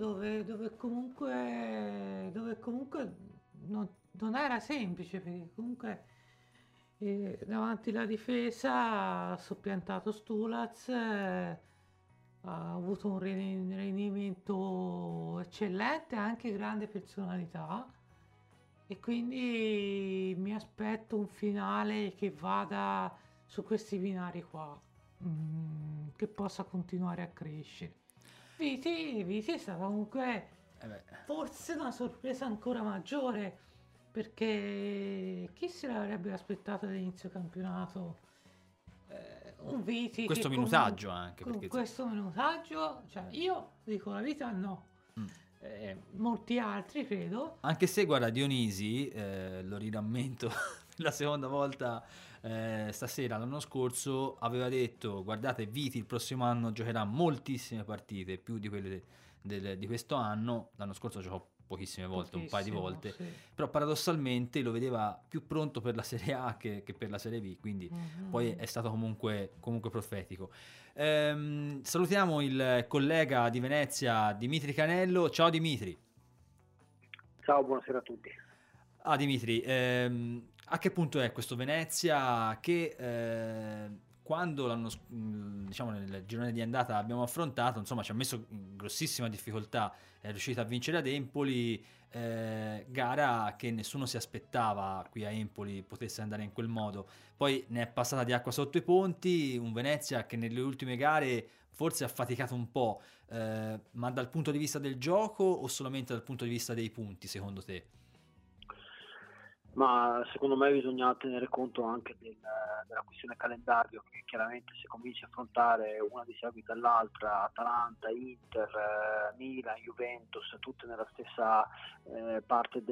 dove comunque non era semplice, perché comunque davanti alla difesa ha soppiantato Stulaz, ha avuto un rendimento eccellente, anche grande personalità, e quindi mi aspetto un finale che vada su questi binari qua, che possa continuare a crescere. Viti è stata comunque Beh, forse una sorpresa ancora maggiore, perché chi se l'avrebbe aspettato all'inizio campionato? Un Viti che questo comunque minutaggio anche, con perché questo minutaggio, cioè io dico la verità no. mm. Molti altri credo. Anche se, guarda, Dionisi, lo rirammento per la seconda volta stasera, l'anno scorso, aveva detto: guardate, Viti il prossimo anno giocherà moltissime partite, più di quelle di questo anno. L'anno scorso giocò pochissime volte, un paio di Pochissimo, volte, sì. però paradossalmente lo vedeva più pronto per la Serie A che per la Serie B, quindi poi è stato comunque profetico. Salutiamo il collega di Venezia, Dimitri Canello. Ciao Dimitri. Ciao, buonasera a tutti. Dimitri, a che punto è questo Venezia che quando diciamo nel girone di andata abbiamo affrontato, insomma, ci ha messo in grossissima difficoltà, è riuscita a vincere ad Empoli, gara che nessuno si aspettava qui a Empoli potesse andare in quel modo. Poi ne è passata di acqua sotto i ponti, un Venezia che nelle ultime gare forse ha faticato un po', ma dal punto di vista del gioco o solamente dal punto di vista dei punti, secondo te? Ma secondo me bisogna tenere conto anche della questione calendario, che chiaramente se cominci a affrontare una di seguito all'altra, Atalanta, Inter, Milan, Juventus, tutte nella stessa parte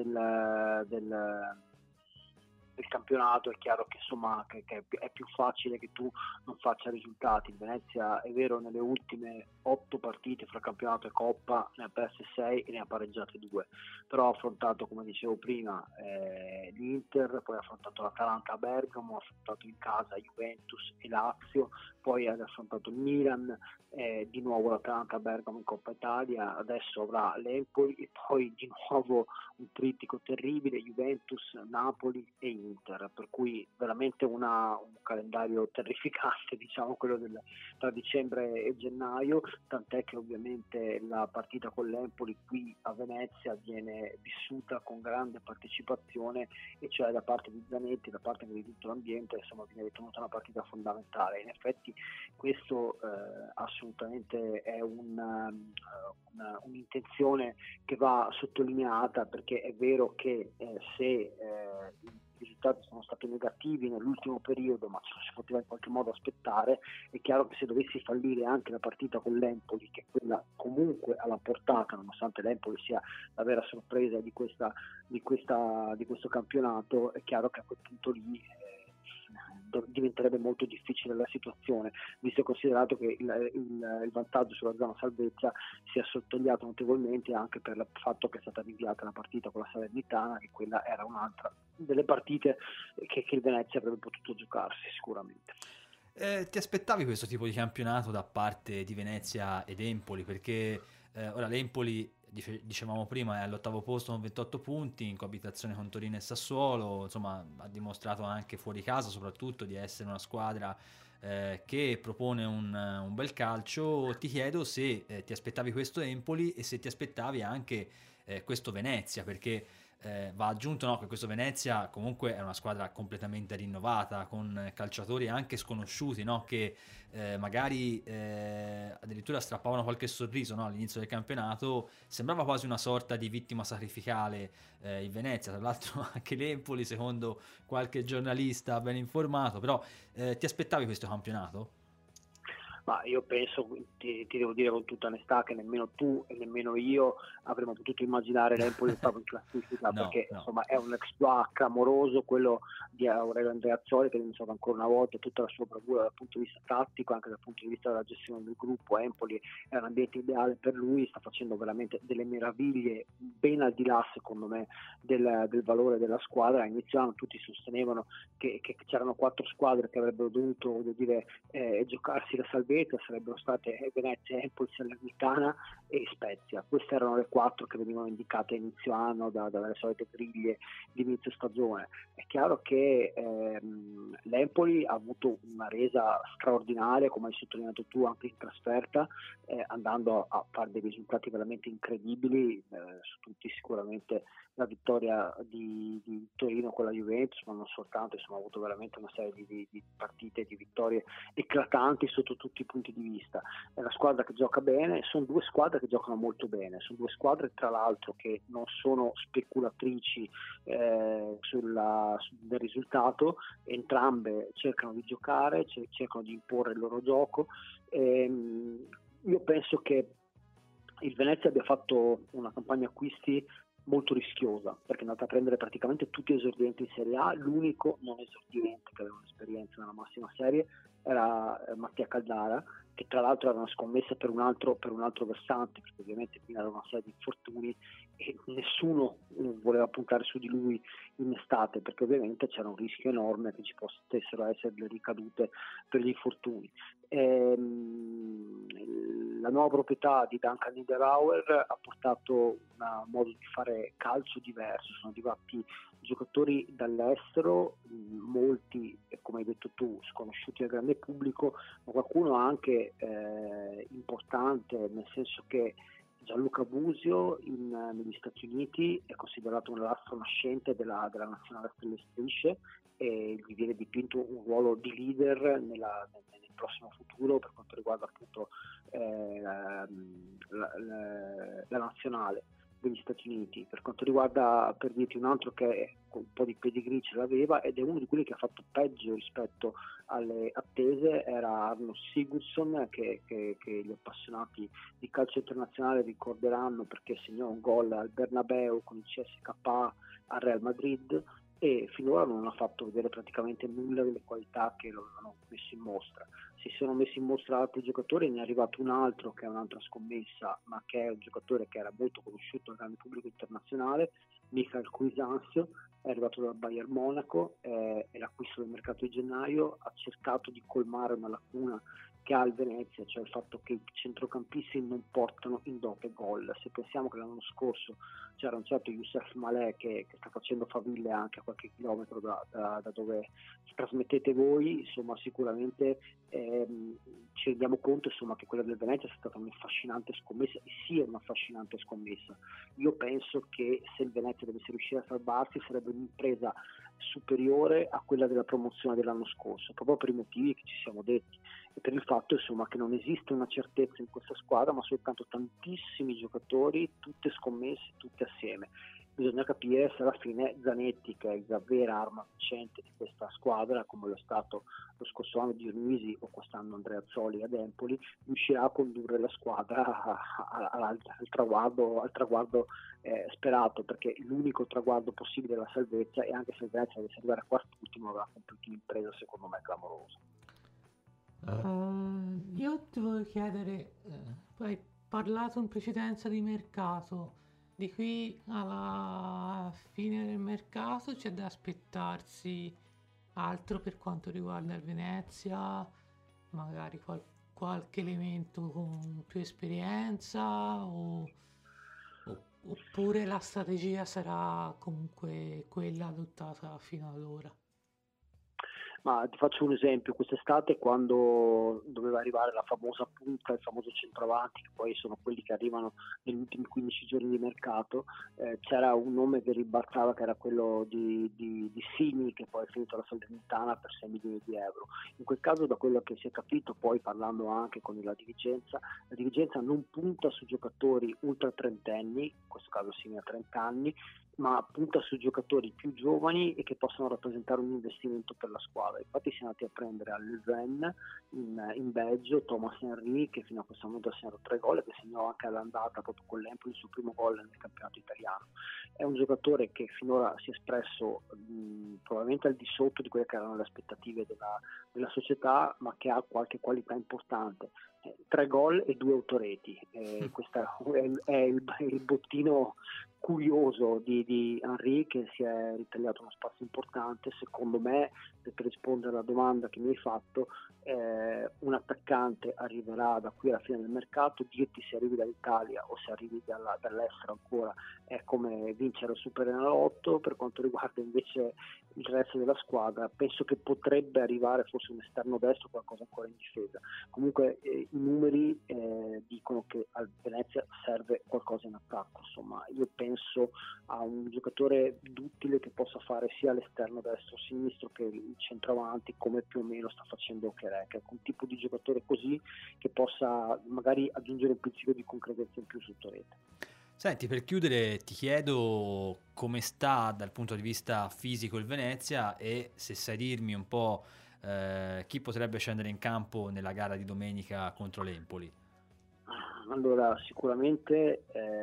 del campionato, è chiaro che insomma che è più facile che tu non faccia risultati. Il Venezia, è vero, nelle ultime 8 partite fra campionato e Coppa ne ha perse 6 e ne ha pareggiate 2, però ha affrontato, come dicevo prima, l'Inter, poi ha affrontato l'Atalanta a Bergamo, ha affrontato in casa Juventus e Lazio, poi ha affrontato il Milan, di nuovo l'Atalanta a Bergamo in Coppa Italia, adesso avrà l'Empoli e poi di nuovo un trittico terribile, Juventus, Napoli e Inter, per cui veramente un calendario terrificante, diciamo, quello tra dicembre e gennaio, tant'è che ovviamente la partita con l'Empoli qui a Venezia viene vissuta con grande partecipazione, e cioè da parte di Zanetti, da parte di tutto l'ambiente, insomma viene ritenuta una partita fondamentale. In effetti questo assolutamente è un'intenzione che va sottolineata, perché è vero che se i risultati sono stati negativi nell'ultimo periodo, ma ce lo si poteva in qualche modo aspettare, è chiaro che se dovessi fallire anche la partita con l'Empoli, che è quella comunque alla portata, nonostante l'Empoli sia la vera sorpresa di questo campionato, è chiaro che a quel punto lì diventerebbe molto difficile la situazione, visto e considerato che il vantaggio sulla zona salvezza si è assottigliato notevolmente anche per il fatto che è stata rinviata la partita con la Salernitana, che quella era un'altra delle partite che il Venezia avrebbe potuto giocarsi sicuramente. Ti aspettavi questo tipo di campionato da parte di Venezia ed Empoli? Perché ora l'Empoli, dicevamo prima, è all'ottavo posto con 28 punti in coabitazione con Torino e Sassuolo, insomma ha dimostrato anche fuori casa soprattutto di essere una squadra che propone un bel calcio. Ti chiedo se ti aspettavi questo Empoli e se ti aspettavi anche questo Venezia, perché va aggiunto, no, che questo Venezia comunque è una squadra completamente rinnovata, con calciatori anche sconosciuti, no, che magari addirittura strappavano qualche sorriso, no, all'inizio del campionato. Sembrava quasi una sorta di vittima sacrificale il Venezia, tra l'altro anche l'Empoli secondo qualche giornalista ben informato. Però ti aspettavi questo campionato? Ma io penso, ti devo dire con tutta onestà, che nemmeno tu e nemmeno io avremmo potuto immaginare l'Empoli ottavo in classifica, No, perché no. insomma è un exploit clamoroso quello di Aurelio Andreazzoli, che ha dimostrato ancora una volta tutta la sua bravura dal punto di vista tattico, anche dal punto di vista della gestione del gruppo. Empoli è un ambiente ideale per lui, sta facendo veramente delle meraviglie, ben al di là secondo me del valore della squadra. Inizio anno tutti sostenevano che c'erano 4 squadre che avrebbero dovuto, voglio dire, giocarsi la salvezza, sarebbero state Venezia, Empoli, Salernitana e Spezia. Queste erano le 4 che venivano indicate a inizio anno dalle solite griglie di inizio stagione. È chiaro che l'Empoli ha avuto una resa straordinaria, come hai sottolineato tu, anche in trasferta, andando a fare dei risultati veramente incredibili, su tutti sicuramente la vittoria di Torino con la Juventus, ma non soltanto, insomma ha avuto veramente una serie di partite, di vittorie eclatanti sotto tutti i punti di vista. È una squadra che gioca bene, sono 2 squadre che giocano molto bene, sono 2 squadre tra l'altro che non sono speculatrici del risultato, entrambe cercano di giocare, cercano di imporre il loro gioco. Io penso che il Venezia abbia fatto una campagna acquisti molto rischiosa, perché è andata a prendere praticamente tutti gli esordienti in Serie A. L'unico non esordiente che aveva un'esperienza nella massima serie era Mattia Caldara, che tra l'altro era una scommessa per un altro versante, perché ovviamente prima era una serie di infortuni e nessuno voleva puntare su di lui in estate, perché ovviamente c'era un rischio enorme che ci potessero essere delle ricadute per gli infortuni. La nuova proprietà di Duncan Niederauer ha portato un modo di fare calcio diverso, sono arrivati giocatori dall'estero, molti, come hai detto tu, sconosciuti al grande pubblico, ma qualcuno anche importante, nel senso che Gianluca Busio negli Stati Uniti è considerato un astro nascente della nazionale Stelle Strisce e gli viene dipinto un ruolo di leader nel prossimo futuro per quanto riguarda appunto la nazionale degli Stati Uniti. Per quanto riguarda, per dirti un altro che un po' di pedigree ce l'aveva ed è uno di quelli che ha fatto peggio rispetto alle attese, era Arno Sigurdsson, che gli appassionati di calcio internazionale ricorderanno perché segnò un gol al Bernabeu con il CSKA al Real Madrid e finora non ha fatto vedere praticamente nulla delle qualità che lo avevano messo in mostra. Si sono messi in mostra altri giocatori, ne è arrivato un altro che è un'altra scommessa, ma che è un giocatore che era molto conosciuto dal grande pubblico internazionale, Michael Cuisance, è arrivato dal Bayern Monaco, è l'acquisto del mercato di gennaio, ha cercato di colmare una lacuna che ha il Venezia, cioè il fatto che i centrocampisti non portano in dote gol. Se pensiamo che l'anno scorso c'era un certo Youssef Malé che sta facendo faville anche a qualche chilometro da dove trasmettete voi, insomma sicuramente ci rendiamo conto insomma che quella del Venezia è stata un'affascinante scommessa e sia un'affascinante scommessa. Io penso che se il Venezia dovesse riuscire a salvarsi sarebbe un'impresa superiore a quella della promozione dell'anno scorso, proprio per i motivi che ci siamo detti e per il fatto insomma che non esiste una certezza in questa squadra ma soltanto tantissimi giocatori, tutte scommesse, tutte assieme. Bisogna capire se alla fine Zanetti, che è la vera arma vincente di questa squadra, come lo è stato lo scorso anno Dionisi o quest'anno Andreazzoli ad Empoli, riuscirà a condurre la squadra al traguardo sperato, perché l'unico traguardo possibile è la salvezza e anche se il Venezia dovesse arrivare a quart'ultimo avrà compiuto un'impresa secondo me clamorosa. Io ti volevo chiedere, hai parlato in precedenza di mercato, di qui alla fine del mercato c'è da aspettarsi altro per quanto riguarda il Venezia, magari qualche elemento con più esperienza oppure la strategia sarà comunque quella adottata fino ad ora? Ma ti faccio un esempio, quest'estate quando doveva arrivare la famosa punta, il famoso centravanti, che poi sono quelli che arrivano negli ultimi 15 giorni di mercato, c'era un nome che ribaltava che era quello di Sini, che poi è finito alla Salernitana per 6 milioni di euro. In quel caso, da quello che si è capito, poi parlando anche con la dirigenza non punta su giocatori ultra trentenni, in questo caso Sini ha 30 anni, ma punta su giocatori più giovani e che possono rappresentare un investimento per la squadra. squadra. Infatti si è andati a prendere a Leuven in Belgio Thomas Henry, che fino a questo momento ha segnato 3 gol e che segnò anche all'andata proprio con l'Empoli il suo primo gol nel campionato italiano. È un giocatore che finora si è espresso probabilmente al di sotto di quelle che erano le aspettative della società, ma che ha qualche qualità importante. 3 gol e 2 autoreti. Questo è il bottino curioso di Henry, che si è ritagliato uno spazio importante. Secondo me, per rispondere alla domanda che mi hai fatto, un attaccante arriverà da qui alla fine del mercato. Dirti se arrivi dall'Italia o se arrivi dall'estero ancora è come vincere il Superenalotto. Per quanto riguarda invece il resto della squadra, penso che potrebbe arrivare forse un esterno destro, qualcosa ancora in difesa. Comunque i numeri dicono che al Venezia serve qualcosa in attacco. Insomma, io penso a un giocatore duttile che possa fare sia l'esterno destro o sinistro che il centravanti, come più o meno sta facendo Okereke. Ecco, un tipo di giocatore così che possa magari aggiungere un pizzico di concretezza in più sotto rete. Senti, per chiudere ti chiedo come sta dal punto di vista fisico il Venezia e se sai dirmi un po' chi potrebbe scendere in campo nella gara di domenica contro l'Empoli. Allora, sicuramente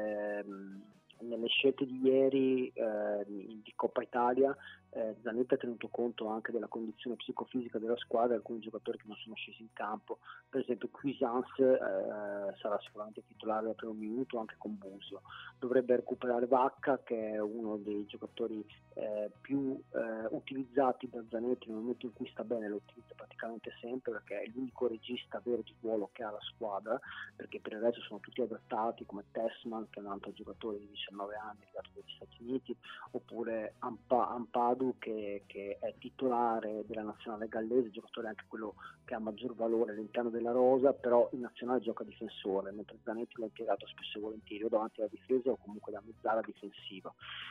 nelle scelte di ieri di Coppa Italia Zanetti ha tenuto conto anche della condizione psicofisica della squadra. Alcuni giocatori che non sono scesi in campo, per esempio Cuisance sarà sicuramente titolare al primo minuto anche con Busio. Dovrebbe recuperare Vacca, che è uno dei giocatori più utilizzati da Zanetti. Nel momento in cui sta bene lo utilizza praticamente sempre, perché è l'unico regista vero di ruolo che ha la squadra, perché per il resto sono tutti adattati, come Tessman, che è un altro giocatore di 19 anni arrivato dagli Stati Uniti, oppure Ampadu, che è titolare della nazionale gallese, giocatore anche quello che ha maggior valore all'interno della rosa, però in nazionale gioca difensore, mentre Zanetti l'ha impiegato spesso e volentieri o davanti alla difesa o comunque da mezzala difensiva.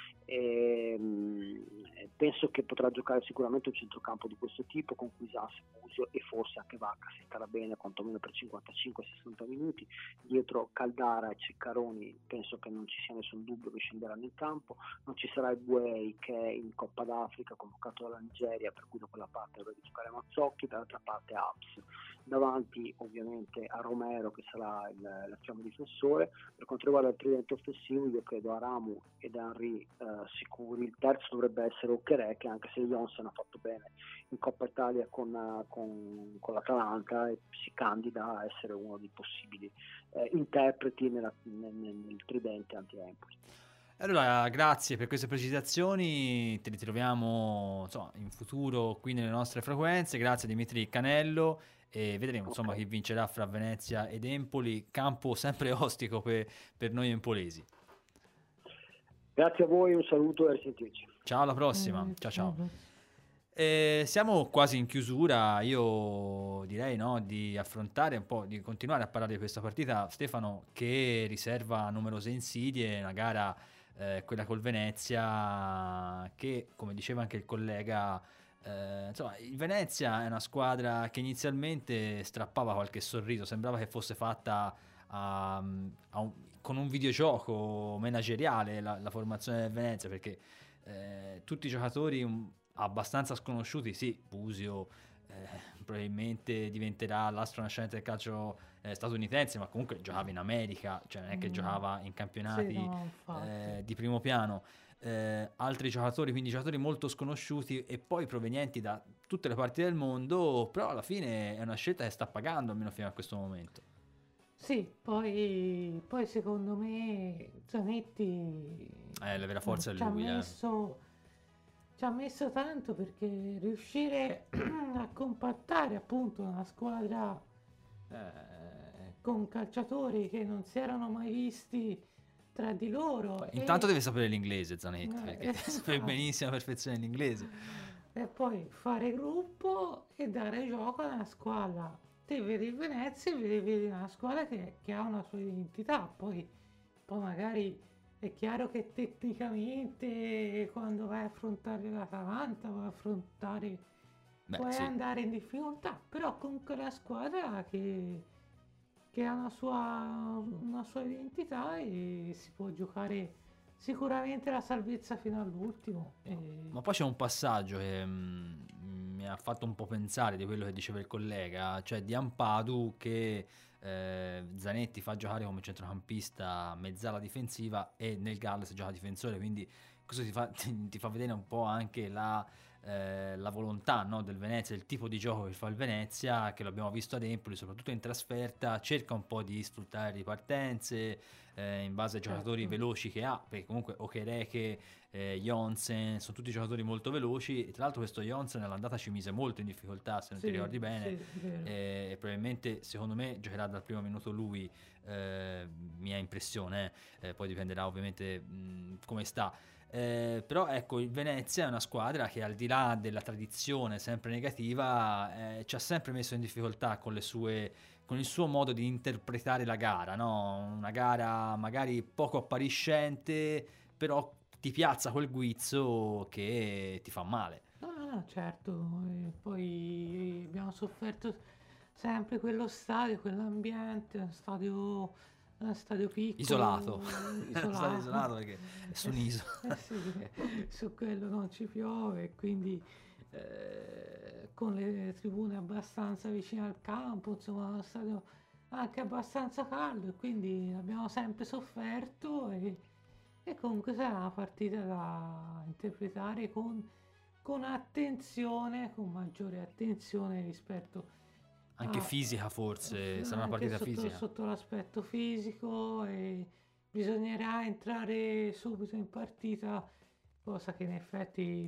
Penso che potrà giocare sicuramente un centrocampo di questo tipo con Cuisance, Busio e forse anche Vacca, se starà bene quantomeno per 55-60 minuti. Dietro Caldara e Ceccaroni penso che non ci sia nessun dubbio che scenderanno in campo. Non ci sarà il Buei, che è in Coppa d'Africa convocato dalla Nigeria, per cui da quella parte dovrebbe giocare Mazzocchi, dall'altra parte Abs. Davanti ovviamente a Romero, che sarà il fiamma difensore. Per quanto riguarda il tridente offensivo, io credo a Ramu ed Henry sicuri. Il terzo dovrebbe essere Okereke, anche se Johnson ha fatto bene in Coppa Italia con l'Atalanta e si candida a essere uno dei possibili interpreti nel tridente anti-Empoli. Allora, grazie per queste precisazioni, ti ritroviamo insomma, in futuro qui nelle nostre frequenze. Grazie a Dimitri Canello e vedremo insomma chi vincerà fra Venezia ed Empoli, campo sempre ostico per noi empolesi. Grazie a voi, un saluto e a risentirci. Ciao, alla prossima. Ciao. Siamo quasi in chiusura. Io direi di affrontare un po', di continuare a parlare di questa partita, Stefano, che riserva numerose insidie. Una gara, quella col Venezia, che come diceva anche il collega, insomma, il Venezia è una squadra che inizialmente strappava qualche sorriso, sembrava che fosse fatta con un videogioco manageriale la formazione del Venezia, perché tutti i giocatori abbastanza sconosciuti. Sì, Busio probabilmente diventerà l'astro nascente del calcio statunitense, ma comunque giocava in America, cioè non è che giocava in campionati di primo piano. Altri giocatori, quindi giocatori molto sconosciuti e poi provenienti da tutte le parti del mondo, però alla fine è una scelta che sta pagando, almeno fino a questo momento. Sì, poi secondo me Zanetti la vera forza è lui. Ci ha messo tanto, perché riuscire a compattare appunto una squadra con calciatori che non si erano mai visti tra di loro. Intanto deve sapere l'inglese Zanetti, perché deve sapere benissimo a perfezione l'inglese. E poi fare gruppo e dare gioco a una squadra. Te vedi il Venezia e vedi una squadra che ha una sua identità, poi magari è chiaro che tecnicamente quando vai a affrontare l'Atalanta puoi andare in difficoltà, però comunque la squadra che ha una sua identità e si può giocare sicuramente la salvezza fino all'ultimo. Ma poi c'è un passaggio che mi mi ha fatto un po' pensare di quello che diceva il collega, cioè di Ampadu che Zanetti fa giocare come centrocampista mezzala difensiva e nel Galles gioca difensore, quindi questo ti fa vedere un po' anche la volontà, no, del Venezia, il tipo di gioco che fa il Venezia, che l'abbiamo visto ad Empoli, soprattutto in trasferta, cerca un po' di sfruttare le ripartenze in base ai giocatori veloci che ha, perché comunque Okereke, Jonsen sono tutti giocatori molto veloci, e tra l'altro questo Jonsen all'andata ci mise molto in difficoltà, se non ti ricordi bene, e probabilmente secondo me giocherà dal primo minuto lui, mia impressione, poi dipenderà ovviamente come sta. Però ecco, il Venezia è una squadra che al di là della tradizione sempre negativa ci ha sempre messo in difficoltà con il suo modo di interpretare la gara, no? Una gara magari poco appariscente, però ti piazza quel guizzo che ti fa male. No, certo, e poi abbiamo sofferto sempre quello stadio, quell'ambiente, un stadio piccolo, Isolato. Stadio isolato perché è su un'isola. Sì, su quello non ci piove, quindi con le tribune abbastanza vicine al campo, insomma, uno stadio anche abbastanza caldo, e quindi abbiamo sempre sofferto, e comunque sarà una partita da interpretare con attenzione, con maggiore attenzione rispetto Anche fisica forse, sarà una anche partita fisica. sotto l'aspetto fisico, e bisognerà entrare subito in partita, cosa che in effetti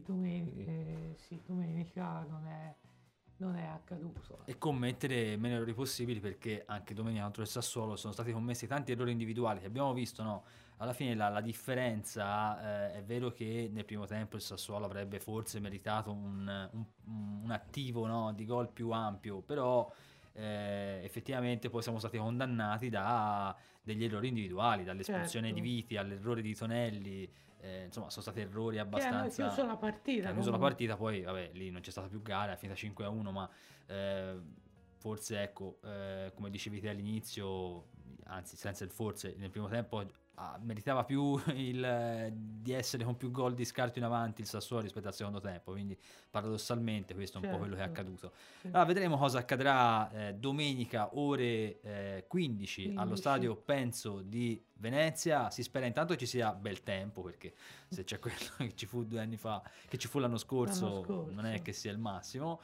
domenica non è accaduto. E commettere meno errori possibili, perché anche domenica contro il Sassuolo sono stati commessi tanti errori individuali che abbiamo visto, no? Alla fine la differenza è vero che nel primo tempo il Sassuolo avrebbe forse meritato un attivo, no, di gol più ampio, però effettivamente poi siamo stati condannati da degli errori individuali, dall'espulsione Certo. di Viti all'errore di Tonelli, insomma sono stati errori abbastanza Che hanno chiuso la partita. che hanno chiuso la comunque. partita. Poi vabbè, lì non c'è stata più gara, è finita 5-1, ma forse ecco, come dicevi te all'inizio, anzi senza il forse, nel primo tempo meritava più di essere con più gol di scarto in avanti il Sassuolo rispetto al secondo tempo, quindi paradossalmente questo è un po' quello che è Certo. accaduto. Sì. Allora vedremo cosa accadrà domenica ore 15 allo 15. stadio Penso di Venezia. Si spera intanto che ci sia bel tempo, perché se c'è quello che ci fu 2 anni fa, che ci fu l'anno scorso, non è che sia il massimo.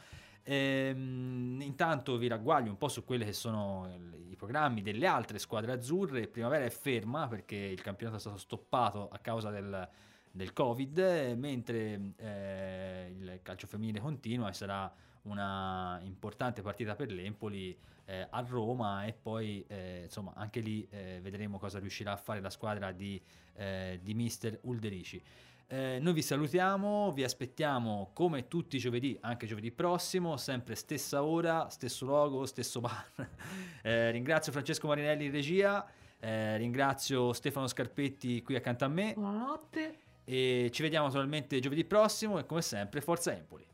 Intanto vi ragguaglio un po' su quelli che sono i programmi delle altre squadre azzurre. Primavera è ferma perché il campionato è stato stoppato a causa del Covid, mentre il calcio femminile continua e sarà una importante partita per l'Empoli a Roma, e poi insomma anche lì vedremo cosa riuscirà a fare la squadra di mister Ulderici. Noi vi salutiamo, vi aspettiamo come tutti i giovedì, anche giovedì prossimo, sempre stessa ora, stesso luogo, stesso bar. Ringrazio Francesco Marinelli in regia, ringrazio Stefano Scarpetti qui accanto a me. Buonanotte. E ci vediamo naturalmente giovedì prossimo, e come sempre Forza Empoli.